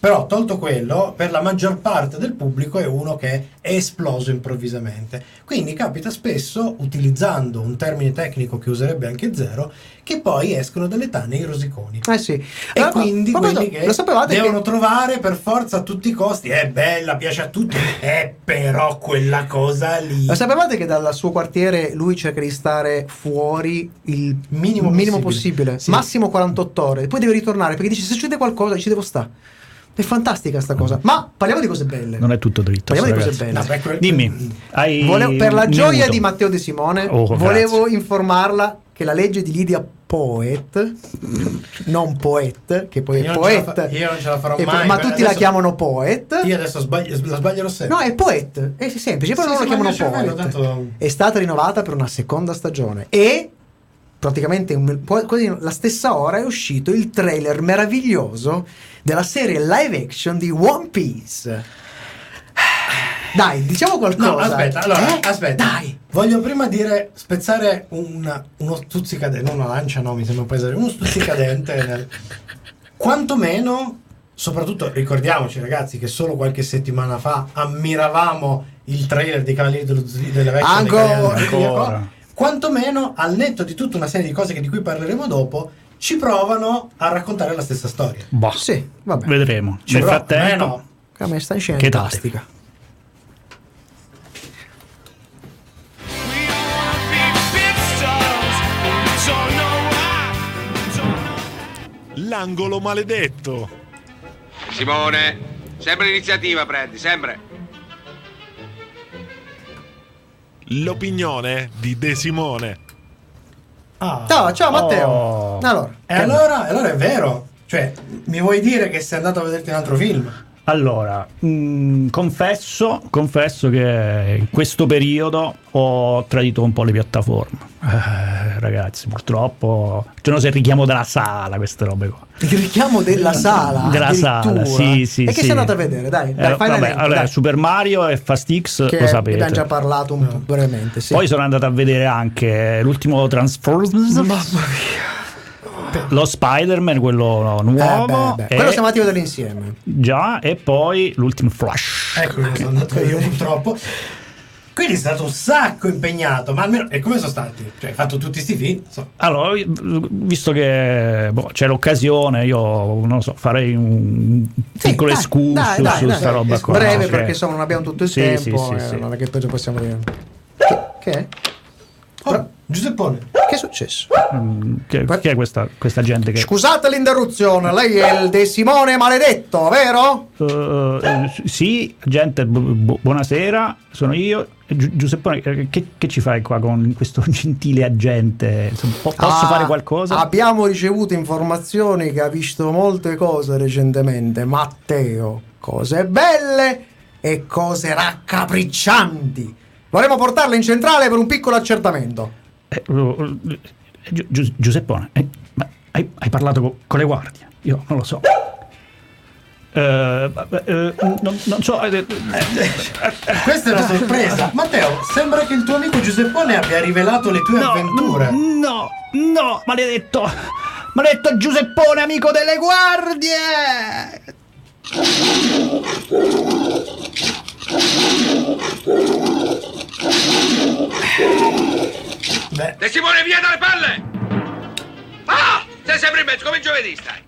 Però tolto quello, per la maggior parte del pubblico è uno che è esploso improvvisamente. Quindi capita spesso, utilizzando un termine tecnico che userebbe anche Zero, che poi escono dalle tane i rosiconi. Eh sì. E Allora, quindi ma- ma quelli cosa- che lo sapevate devono che- trovare per forza a tutti i costi, è bella, piace a tutti, è però quella cosa lì. Lo sapevate che dal suo quartiere lui cerca di stare fuori il Minimo minimo, possibile. possibile, Sì. massimo quarantotto ore, poi deve ritornare perché dice se succede qualcosa ci devo stare. È fantastica sta cosa. Ma parliamo di cose belle. Non è tutto dritto. Parliamo di sto, cose ragazzi. belle. No, beh, que- Dimmi, hai Volevo- per la un gioia minuto. di Matteo De Simone, Oh, volevo grazie. informarla che la legge di Lydia Poet, non Poet, che poi Io è non ce la Poet, fa- io non ce la farò e poi- mai, ma beh, tutti la adesso- chiamano Poet. Io adesso sbaglio, la sbaglierò sempre. No, è Poet, è semplice, poi Sì, non sì, la ma chiamano il mio cervello Poet. tanto- È stata rinnovata per una seconda stagione e praticamente un- quasi la stessa ora è uscito il trailer meraviglioso della serie live action di One Piece. Dai, diciamo qualcosa. No, aspetta, allora, Eh? aspetta. Dai. Voglio prima dire, spezzare un, uno stuzzicadente, non una lancia, no, mi sembra un po' esagerato, uno stuzzicadente nel... Quantomeno, soprattutto ricordiamoci ragazzi che solo qualche settimana fa ammiravamo il trailer dei Cavalieri dello Zodiaco, delle vecchie dei Ancora, Cavalieri dello Zodiaco. ancora. Quantomeno, al netto di tutta una serie di cose che di cui parleremo dopo, ci provano a raccontare la stessa storia. Boh, Sì, vabbè. vedremo. Ci Nel provo- frattempo, eh, no. A me sta in scena Che fantastica. L'angolo maledetto. Simone, sempre l'iniziativa prendi, sempre. L'opinione di De Simone. Ah. Ciao, ciao Matteo. Oh. Allora, E allora, allora è vero. Cioè, mi vuoi dire che sei andato a vederti un altro film? Allora, mh, confesso, confesso che in questo periodo ho tradito un po' le piattaforme. Eh, ragazzi, purtroppo, cioè, non so se richiamo dalla sala queste robe qua. il richiamo della sala. Della sala, addirittura. sì, sì, E che sì. sei andato a vedere? Dai, dai, Eh, fai vabbè, l'elenco, allora, dai. Super Mario e Fast X Che lo sapete. abbiamo già parlato un po' brevemente. Sì. Poi sono andato a vedere anche l'ultimo Transformers, Mamma mia. lo Spider-Man, quello Eh, nuovo, beh, beh. e- Quello siamo andati a vedere insieme. già, e poi l'ultimo Flash. Ecco, io sono andato io purtroppo. Quindi è stato un sacco impegnato, ma almeno. E come sono stati? Cioè, hai fatto tutti sti film? So. Allora, visto che boh, c'è l'occasione, io non lo so, farei un Sì, piccolo dai, excursus dai, dai, su dai, sta roba qua. breve no? perché Che- insomma non abbiamo tutto il Sì, tempo. sì, eh, sì, sì. Non è che poi ci possiamo dire. Che, che è? Oh, Giuseppone. Che è successo? Mm, che, chi è questa, questa gente che... Scusate l'interruzione, lei è il De Simone maledetto, vero? Uh, eh, sì, gente, bu- bu- buonasera, sono io. Gi- Giuseppone, eh, che, che ci fai qua con questo gentile agente? Insomma, po- posso Ah, fare qualcosa? Abbiamo ricevuto informazioni che ha visto molte cose recentemente. Matteo, cose belle e cose raccapriccianti. Vorremmo portarle in centrale per un piccolo accertamento. Eh, uh, Gi- Gi- Giuseppone, eh, ma hai, hai parlato co- con le guardie? Io non lo so. Eh, eh, non, non so. eh, eh, Questa è una sorpresa. Matteo, sembra che il tuo amico Giuseppone abbia rivelato le tue no, avventure. no, no, maledetto, maledetto Giuseppone, amico delle guardie. Beh, De Simone, via dalle palle! Ah! Sei sempre in mezzo, come giovedì stai.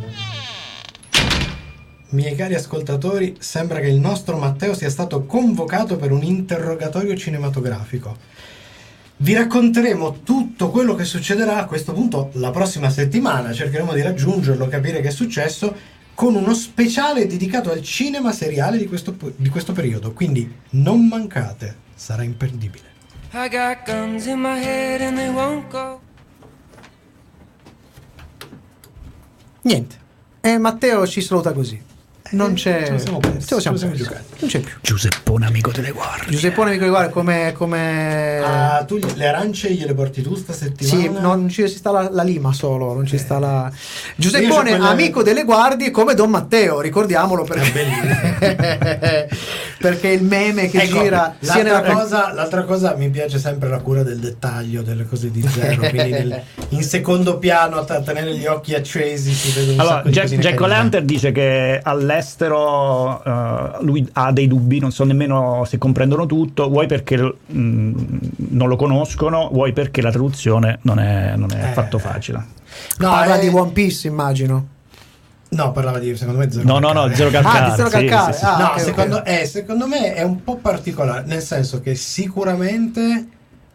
miei cari ascoltatori, sembra che il nostro Matteo sia stato convocato per un interrogatorio cinematografico. Vi racconteremo tutto quello che succederà a questo punto la prossima settimana. Cercheremo di raggiungerlo, capire che è successo, con uno speciale dedicato al cinema seriale di questo, di questo periodo. Quindi non mancate, sarà imperdibile. I got guns in my head and they won't go. Niente. E Matteo ci saluta così. Non c'è. Ce lo siamo persi, ce lo siamo ce lo siamo persi. giocati. Non c'è più. Giuseppone, amico delle guardie. Giuseppone amico di guarda come. come... Ah, tu gli- le arance gliele porti tu sta settimana? Sì, non ci sta la, la lima solo, non ci Eh. sta la. Io Giuseppone, c'ho quelle- amico delle guardie come Don Matteo, ricordiamolo perché. perché il meme che Ecco, gira sia l'altra, nella cosa, l'altra cosa mi piace sempre la cura del dettaglio delle cose di zero, quindi nel- in secondo piano a t- tenere gli occhi accesi si vedono un Allora, sacco di Jack, cosine Jack carine. O'Lantern dice che all'epoca all'estero uh, lui ha dei dubbi, non so nemmeno se comprendono tutto, vuoi perché mh, non lo conoscono, vuoi perché la traduzione non è, non è Eh. affatto facile. No, Parla è- di One Piece, immagino. No, parlava di, secondo me, Zero No, no, Calcare. no, Zero Calcare. Ah, di Zero sì, Calcare, sì, sì. ah. No, ok, secondo, ok. eh, secondo me è un po' particolare, nel senso che sicuramente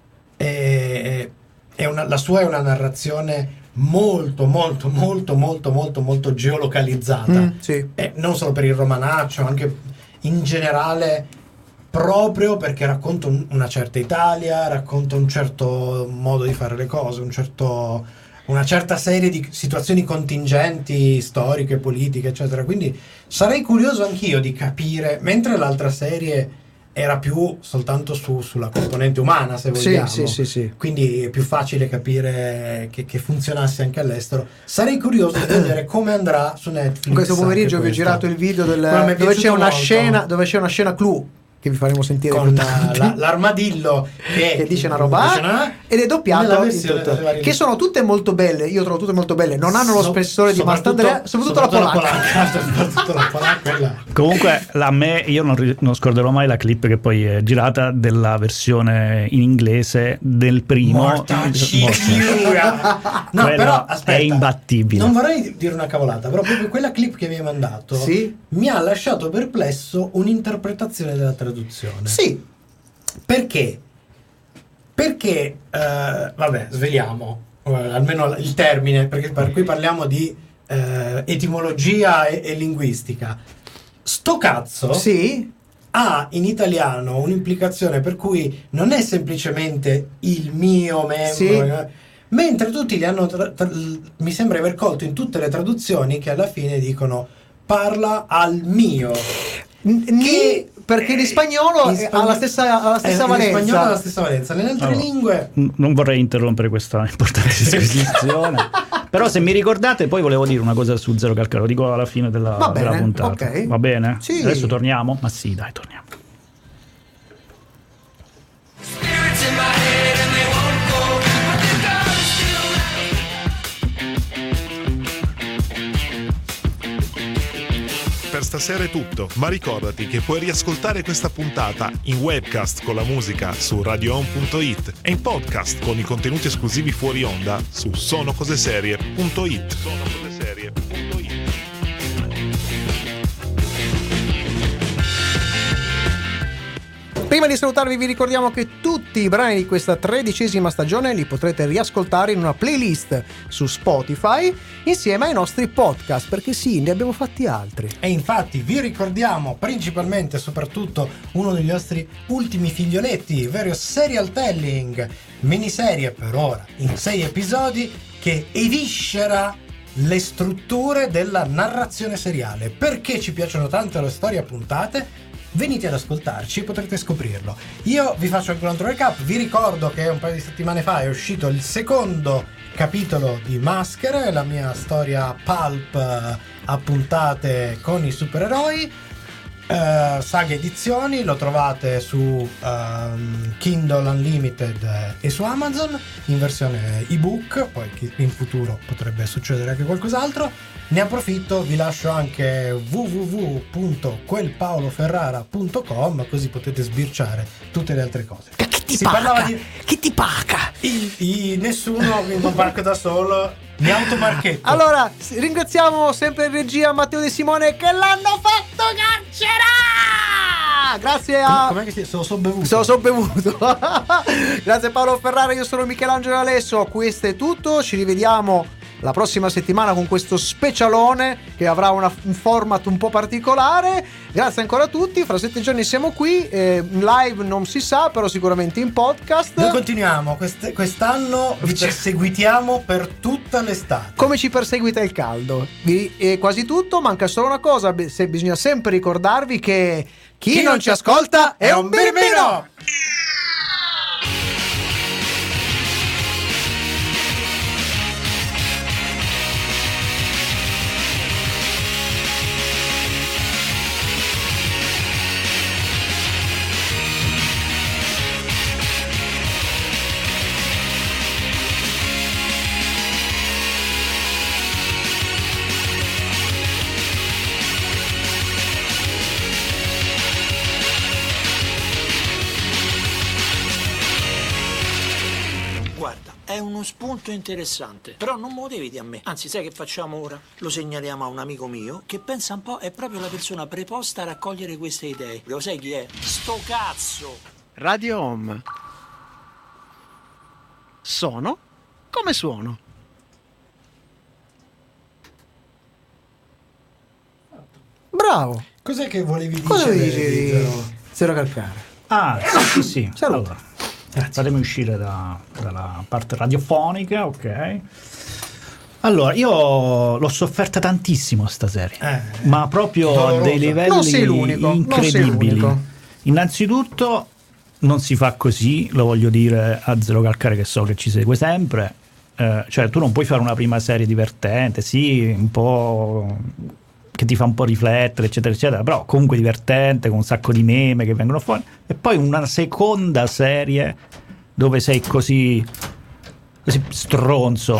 è, è una, la sua è una narrazione molto, molto, molto, molto, molto, molto geolocalizzata. Mm, sì. E non solo per il romanaccio, anche in generale, proprio perché racconta un- una certa Italia, racconta un certo modo di fare le cose, un certo, una certa serie di situazioni contingenti, storiche, politiche, eccetera. Quindi sarei curioso anch'io di capire, mentre l'altra serie era più soltanto su, sulla componente umana, se Sì, vogliamo. sì, sì, sì. Quindi è più facile capire che, che funzionasse anche all'estero. Sarei curioso di vedere come andrà su Netflix. Questo pomeriggio anche vi ho questo. girato il video del, Quello mi è dove c'è piaciuto una molto. scena dove c'è una scena clou che vi faremo sentire Con più eh, tardi. la- l'armadillo che, che dice una roba dice una- ed è doppiato nella in versione tutto. delle varie- Che sono tutte molto belle, io trovo tutte molto belle, non hanno lo So- spessore di soprattutto- Mastandrea, soprattutto, la polacca. soprattutto la polacca, quella. Comunque la- a me io non, ri- non scorderò mai la clip che poi è girata della versione in inglese del primo. Morta Morta. No, Quella però è aspetta, imbattibile. non vorrei dire una cavolata, però proprio quella clip che mi hai mandato Sì? mi ha lasciato perplesso un'interpretazione della traduzione. Sì, Perché? Perché, eh, vabbè, sveliamo eh, almeno il termine, perché per qui parliamo di eh, etimologia e, e linguistica. Sto cazzo sì, ha in italiano un'implicazione per cui non è semplicemente il mio membro, Sì. eh, mentre tutti li hanno, tra- tra- mi sembra aver colto in tutte le traduzioni che alla fine dicono parla al mio. N- ni- perché in spagnolo in è- spagno- ha la stessa, ha la stessa eh, valenza. In spagnolo ha la stessa valenza, nelle altre Allora, lingue n- non vorrei interrompere questa importante disquisizione. Però se mi ricordate, poi volevo dire una cosa su Zero Calcare, lo dico alla fine della, Va bene, della puntata. ok. Va bene? Sì. Adesso torniamo? Ma sì, dai, torniamo. Spirits in my head and they won't go, but the God is still Per stasera è tutto, ma ricordati che puoi riascoltare questa puntata in webcast con la musica su radioon punto it e in podcast con i contenuti esclusivi fuori onda su sonocoseserie punto it. sonocoseserie punto it. Prima di salutarvi vi ricordiamo che tutti i brani di questa tredicesima stagione li potrete riascoltare in una playlist su Spotify insieme ai nostri podcast, perché sì, ne abbiamo fatti altri. e infatti vi ricordiamo principalmente e soprattutto uno degli nostri ultimi figlioletti, ovvero Serial Telling, miniserie per ora in sei episodi che eviscera le strutture della narrazione seriale. Perché ci piacciono tanto le storie a puntate? Venite ad ascoltarci, potrete scoprirlo. Io vi faccio anche un altro recap. Vi ricordo che un paio di settimane fa è uscito il secondo capitolo di Maschere, la mia storia pulp eh, a puntate con i supereroi. Eh, Saga Edizioni, lo trovate su ehm, Kindle Unlimited eh, e su Amazon in versione ebook, poi chi- in futuro potrebbe succedere anche qualcos'altro. Ne approfitto, vi lascio anche w w w punto quelpaoloferrara punto com, così potete sbirciare tutte le altre cose. Che ti Si paga? parlava di Che ti paga? i, i- nessuno mi parco da solo, mi automarchetto. Allora, s- ringraziamo sempre in regia Matteo De Simone che l'hanno fatto carcerà! Grazie a... Com'è che si se lo so bevuto? Se lo so bevuto. Grazie Paolo Ferrara, io sono Michelangelo Alesso. Questo è tutto. Ci rivediamo la prossima settimana con questo specialone che avrà una- un format un po' particolare. Grazie ancora a tutti. Fra sette giorni siamo qui. eh, in live non si sa, però sicuramente in podcast. Noi continuiamo, quest- quest'anno vi perseguitiamo per tutta l'estate. Come ci perseguita il caldo? Vi- È quasi tutto. Manca solo una cosa. be- se- bisogna sempre ricordarvi che chi, non ci ascolta è un birbino. uno spunto interessante. Però non me lo devi dire a me. Anzi, sai che facciamo ora? Lo segnaliamo a un amico mio che pensa un po', è proprio la persona preposta a raccogliere queste idee. Lo sai chi è? Sto cazzo! Radio Home. Sono come suono. Bravo. Cos'è che volevi dire? Cosa dici di Zero Calcare? Ah, sì, sì, sì. Saluto. Allora, fatemi uscire da- dalla parte radiofonica, ok. Allora, io l'ho sofferta tantissimo sta serie, Eh, ma proprio dolorosa. a dei livelli Non sei l'unico, non sei incredibili. l'unico. Innanzitutto non si fa così, lo voglio dire a Zero Calcare che so che ci segue sempre. Eh, cioè tu non puoi fare una prima serie divertente, sì, un po' che ti fa un po' riflettere, eccetera, eccetera, però comunque divertente, con un sacco di meme che vengono fuori, e poi una seconda serie dove sei così, così stronzo.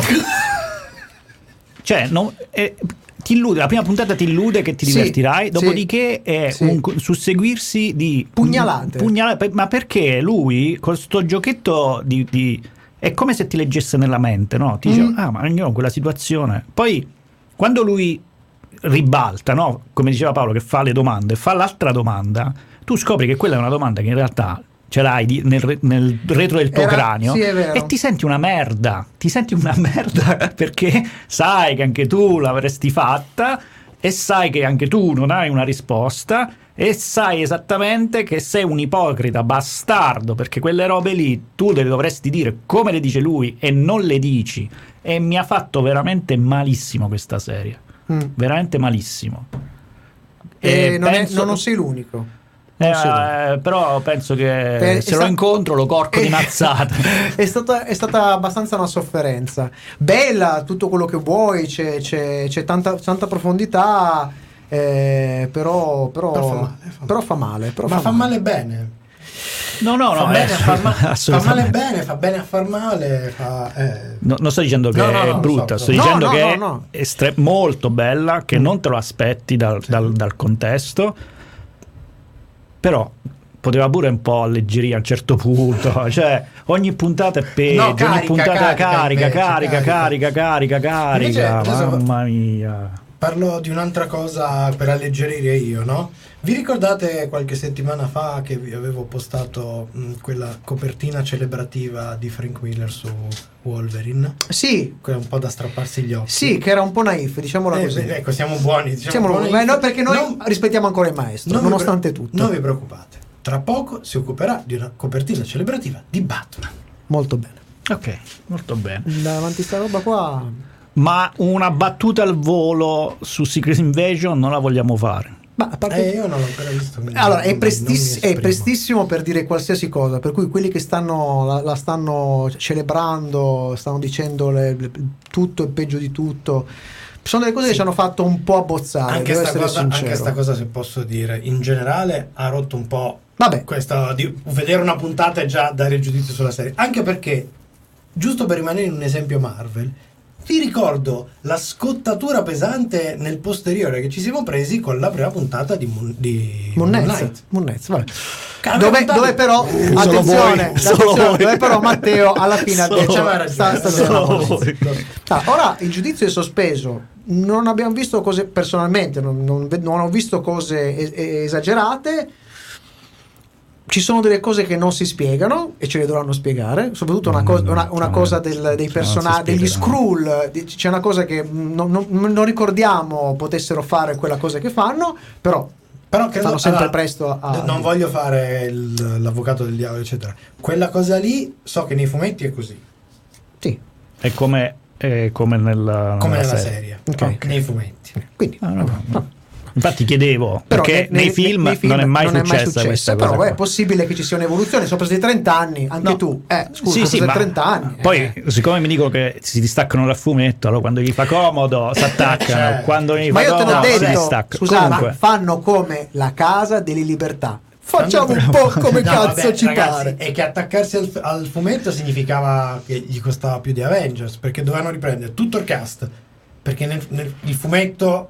Cioè, non, eh, ti illude, la prima puntata ti illude che ti Sì, divertirai, sì, dopodiché è sì. un susseguirsi di Pugnalate. pugnalate, ma perché lui con sto giochetto di, di- è come se ti leggesse nella mente, no? Ti dice, Mm. ah, ma io ho quella situazione. Poi quando lui ribalta, no? Come diceva Paolo, che fa le domande, fa l'altra domanda, tu scopri che quella è una domanda che in realtà ce l'hai di- nel, re- nel retro del tuo Era- cranio, sì, è vero. e ti senti una merda, ti senti una merda perché sai che anche tu l'avresti fatta e sai che anche tu non hai una risposta e sai esattamente che sei un ipocrita bastardo, perché quelle robe lì tu le dovresti dire come le dice lui e non le dici, e mi ha fatto veramente malissimo questa serie, Mm. veramente malissimo. E E non, è- penso- no, non sei l'unico. eh, Non sei l'unico. eh, però penso che Eh, è se lo sta- incontro lo corco di mazzata. è, stata, è stata abbastanza una sofferenza. Bella, tutto quello che vuoi, c'è, c'è, c'è tanta, tanta profondità, eh, però, però, Però fa male, fa però fa male. Però Ma fa male. male bene. No, no, fa, no, bene eh, a far ma- fa male assolutamente. bene, fa bene a far male. Fa, eh. No, non sto dicendo che No, no, no, è lo brutta, so, sto lo so. dicendo No, no, che no, è no. estre- molto bella, che non te lo aspetti dal, dal- dal contesto, però poteva pure un po' alleggerire a un certo punto, cioè ogni puntata è peggio, No, ogni carica, puntata carica, carica, invece, carica, carica. carica, carica, Invece, carica, adesso- mamma mia. Parlo di un'altra cosa per alleggerire io, no? Vi ricordate qualche settimana fa che vi avevo postato mh, quella copertina celebrativa di Frank Miller su Wolverine? Sì, Quella un po' da strapparsi gli occhi. sì, che era un po' naif, diciamola Eh, così. beh, ecco, siamo buoni. Diciamo Diciamolo, buoni. ma no, perché noi Non- rispettiamo ancora il maestro, non vi nonostante pre- tutto. Non vi preoccupate, tra poco si occuperà di una copertina celebrativa di Batman. Molto bene. Ok, molto bene. Davanti a sta roba qua. Ma una battuta al volo su Secret Invasion non la vogliamo fare. Ma a parte- Eh, io non l'ho ancora visto. quindi Allora, è, non- prestiss- non mi è esprimo. prestissimo per dire qualsiasi cosa, per cui quelli che stanno la, la stanno celebrando, stanno dicendo le- le- tutto è peggio di tutto, sono delle cose che ci hanno fatto un po' abbozzare, Anche devo sta, essere cosa, sincero. anche sta cosa, se posso dire, in generale ha rotto un po' Vabbè. questa di vedere una puntata e già dare il giudizio sulla serie. Anche perché, giusto per rimanere in un esempio Marvel, vi ricordo la scottatura pesante nel posteriore che ci siamo presi con la prima puntata di Moon, di Moon Moon Knight, Knight. Moon Knight, vabbè. Cavolo, Dove, puntata- dove però Solo attenzione, voi, solo attenzione, voi. dove però Matteo alla fine ha Solo detto voi. sta, sta Solo bene la voi. posizione. Ah, ora il giudizio è sospeso, non abbiamo visto cose personalmente, non, non, non ho visto cose es- esagerate. Ci sono delle cose che non si spiegano e ce le dovranno spiegare, soprattutto una, co- una, una cosa del- dei personaggi, degli Skrull. di- C'è una cosa che non, non- non ricordiamo potessero fare quella cosa che fanno, però Però credo, fanno sempre allora, presto a... non voglio fare il- l'avvocato del diavolo, eccetera. Quella cosa lì so che nei fumetti è così, Sì, È come, è come nella, come nella nella serie. serie, Ok. nei fumetti. quindi Ah, no, no, no. Infatti chiedevo, però perché nei, nei, film nei film non è mai successa questa cosa però qua. è possibile che ci sia un'evoluzione, sono passati trenta anni, anche No. tu eh, scusa, Sì, sono sì, passati ma trenta anni poi eh. siccome mi dicono che si distaccano dal fumetto, allora quando gli fa comodo si attaccano, Cioè, quando gli Ma fa io te l'ho comodo si detto, distacca. scusate, Comunque, fanno come la casa delle libertà, facciamo un po' come No, cazzo vabbè, ci ragazzi, pare. è che attaccarsi al, al fumetto significava che gli costava più di Avengers, perché dovevano riprendere tutto il cast, perché nel, nel il fumetto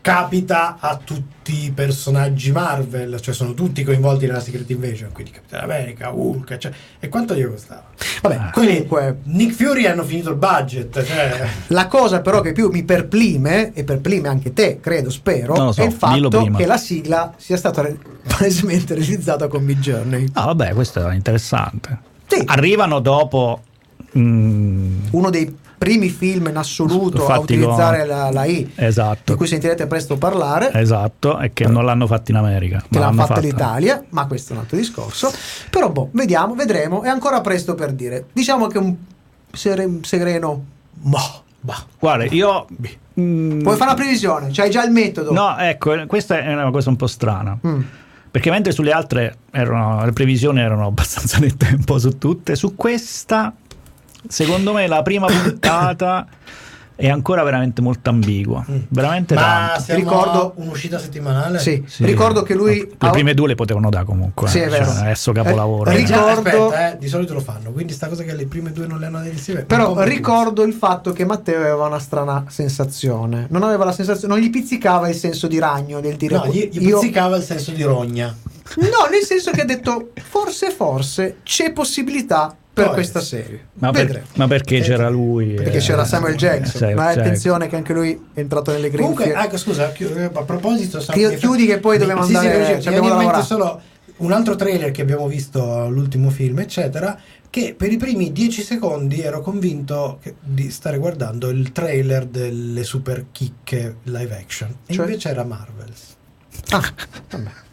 capita a tutti i personaggi Marvel, cioè sono tutti coinvolti nella Secret Invasion, quindi Capitano America, Hulk, cioè, e quanto gli costava? Vabbè, Ah, comunque Nick Fury hanno finito il budget, cioè. la cosa però che più mi perplime, e perplime anche te, credo, spero, Non lo so, è il dillo fatto prima. che la sigla sia stata re- palesemente realizzata con Midjourney. Ah, vabbè, questo è interessante. Sì. Arrivano dopo mm, Uno dei primi film in assoluto a Fatti utilizzare con- la, la I, esatto, di cui sentirete presto parlare, esatto, e che non l'hanno fatto in America, che ma l'hanno l'hanno fatta fatta. l'Italia, ma questo è un altro discorso. Però boh, vediamo, vedremo, è ancora presto per dire. Diciamo che un sere- sereno, boh, bah. Guarda, io mm, Puoi fare una previsione, c'hai già il metodo. no, ecco, questa è una cosa un po' strana. Mm. Perché mentre sulle altre erano, le previsioni erano abbastanza nel tempo su tutte, su questa, secondo me, la prima puntata è ancora veramente molto ambigua. Veramente Ma tanto. siamo Ricordo- a un'uscita settimanale? Sì, Sì. ricordo che lui Le prime due le potevano dare comunque. Sì, è eh, vero. cioè, adesso capolavoro. Eh, Eh, già, ricordo- aspetta, eh, di solito lo fanno, quindi sta cosa che le prime due non le hanno date insieme. un Però po' ricordo il fatto che Matteo aveva una strana sensazione. Non aveva la sensazione, non gli pizzicava il senso di ragno nel dire No, gli, gli io- pizzicava il senso di rogna. No, nel senso che ha detto forse forse c'è possibilità per Può questa essere. serie. Ma, per- Vedremo. ma perché c'era lui? Perché eh, c'era Samuel Jackson, Samuel ma Jackson. attenzione che anche lui è entrato nelle grinfie. Comunque, ecco, scusa, chi- a proposito, Sam- Chiudi- chiudi che poi mi- dobbiamo sì, sì, andare- veloce, ci mi abbiamo viene da in mente solo un altro trailer che abbiamo visto all'ultimo film, eccetera, che per i primi dieci secondi ero convinto che- di stare guardando il trailer delle super chicche live action, e Cioè? invece era Marvels. Ah, vabbè.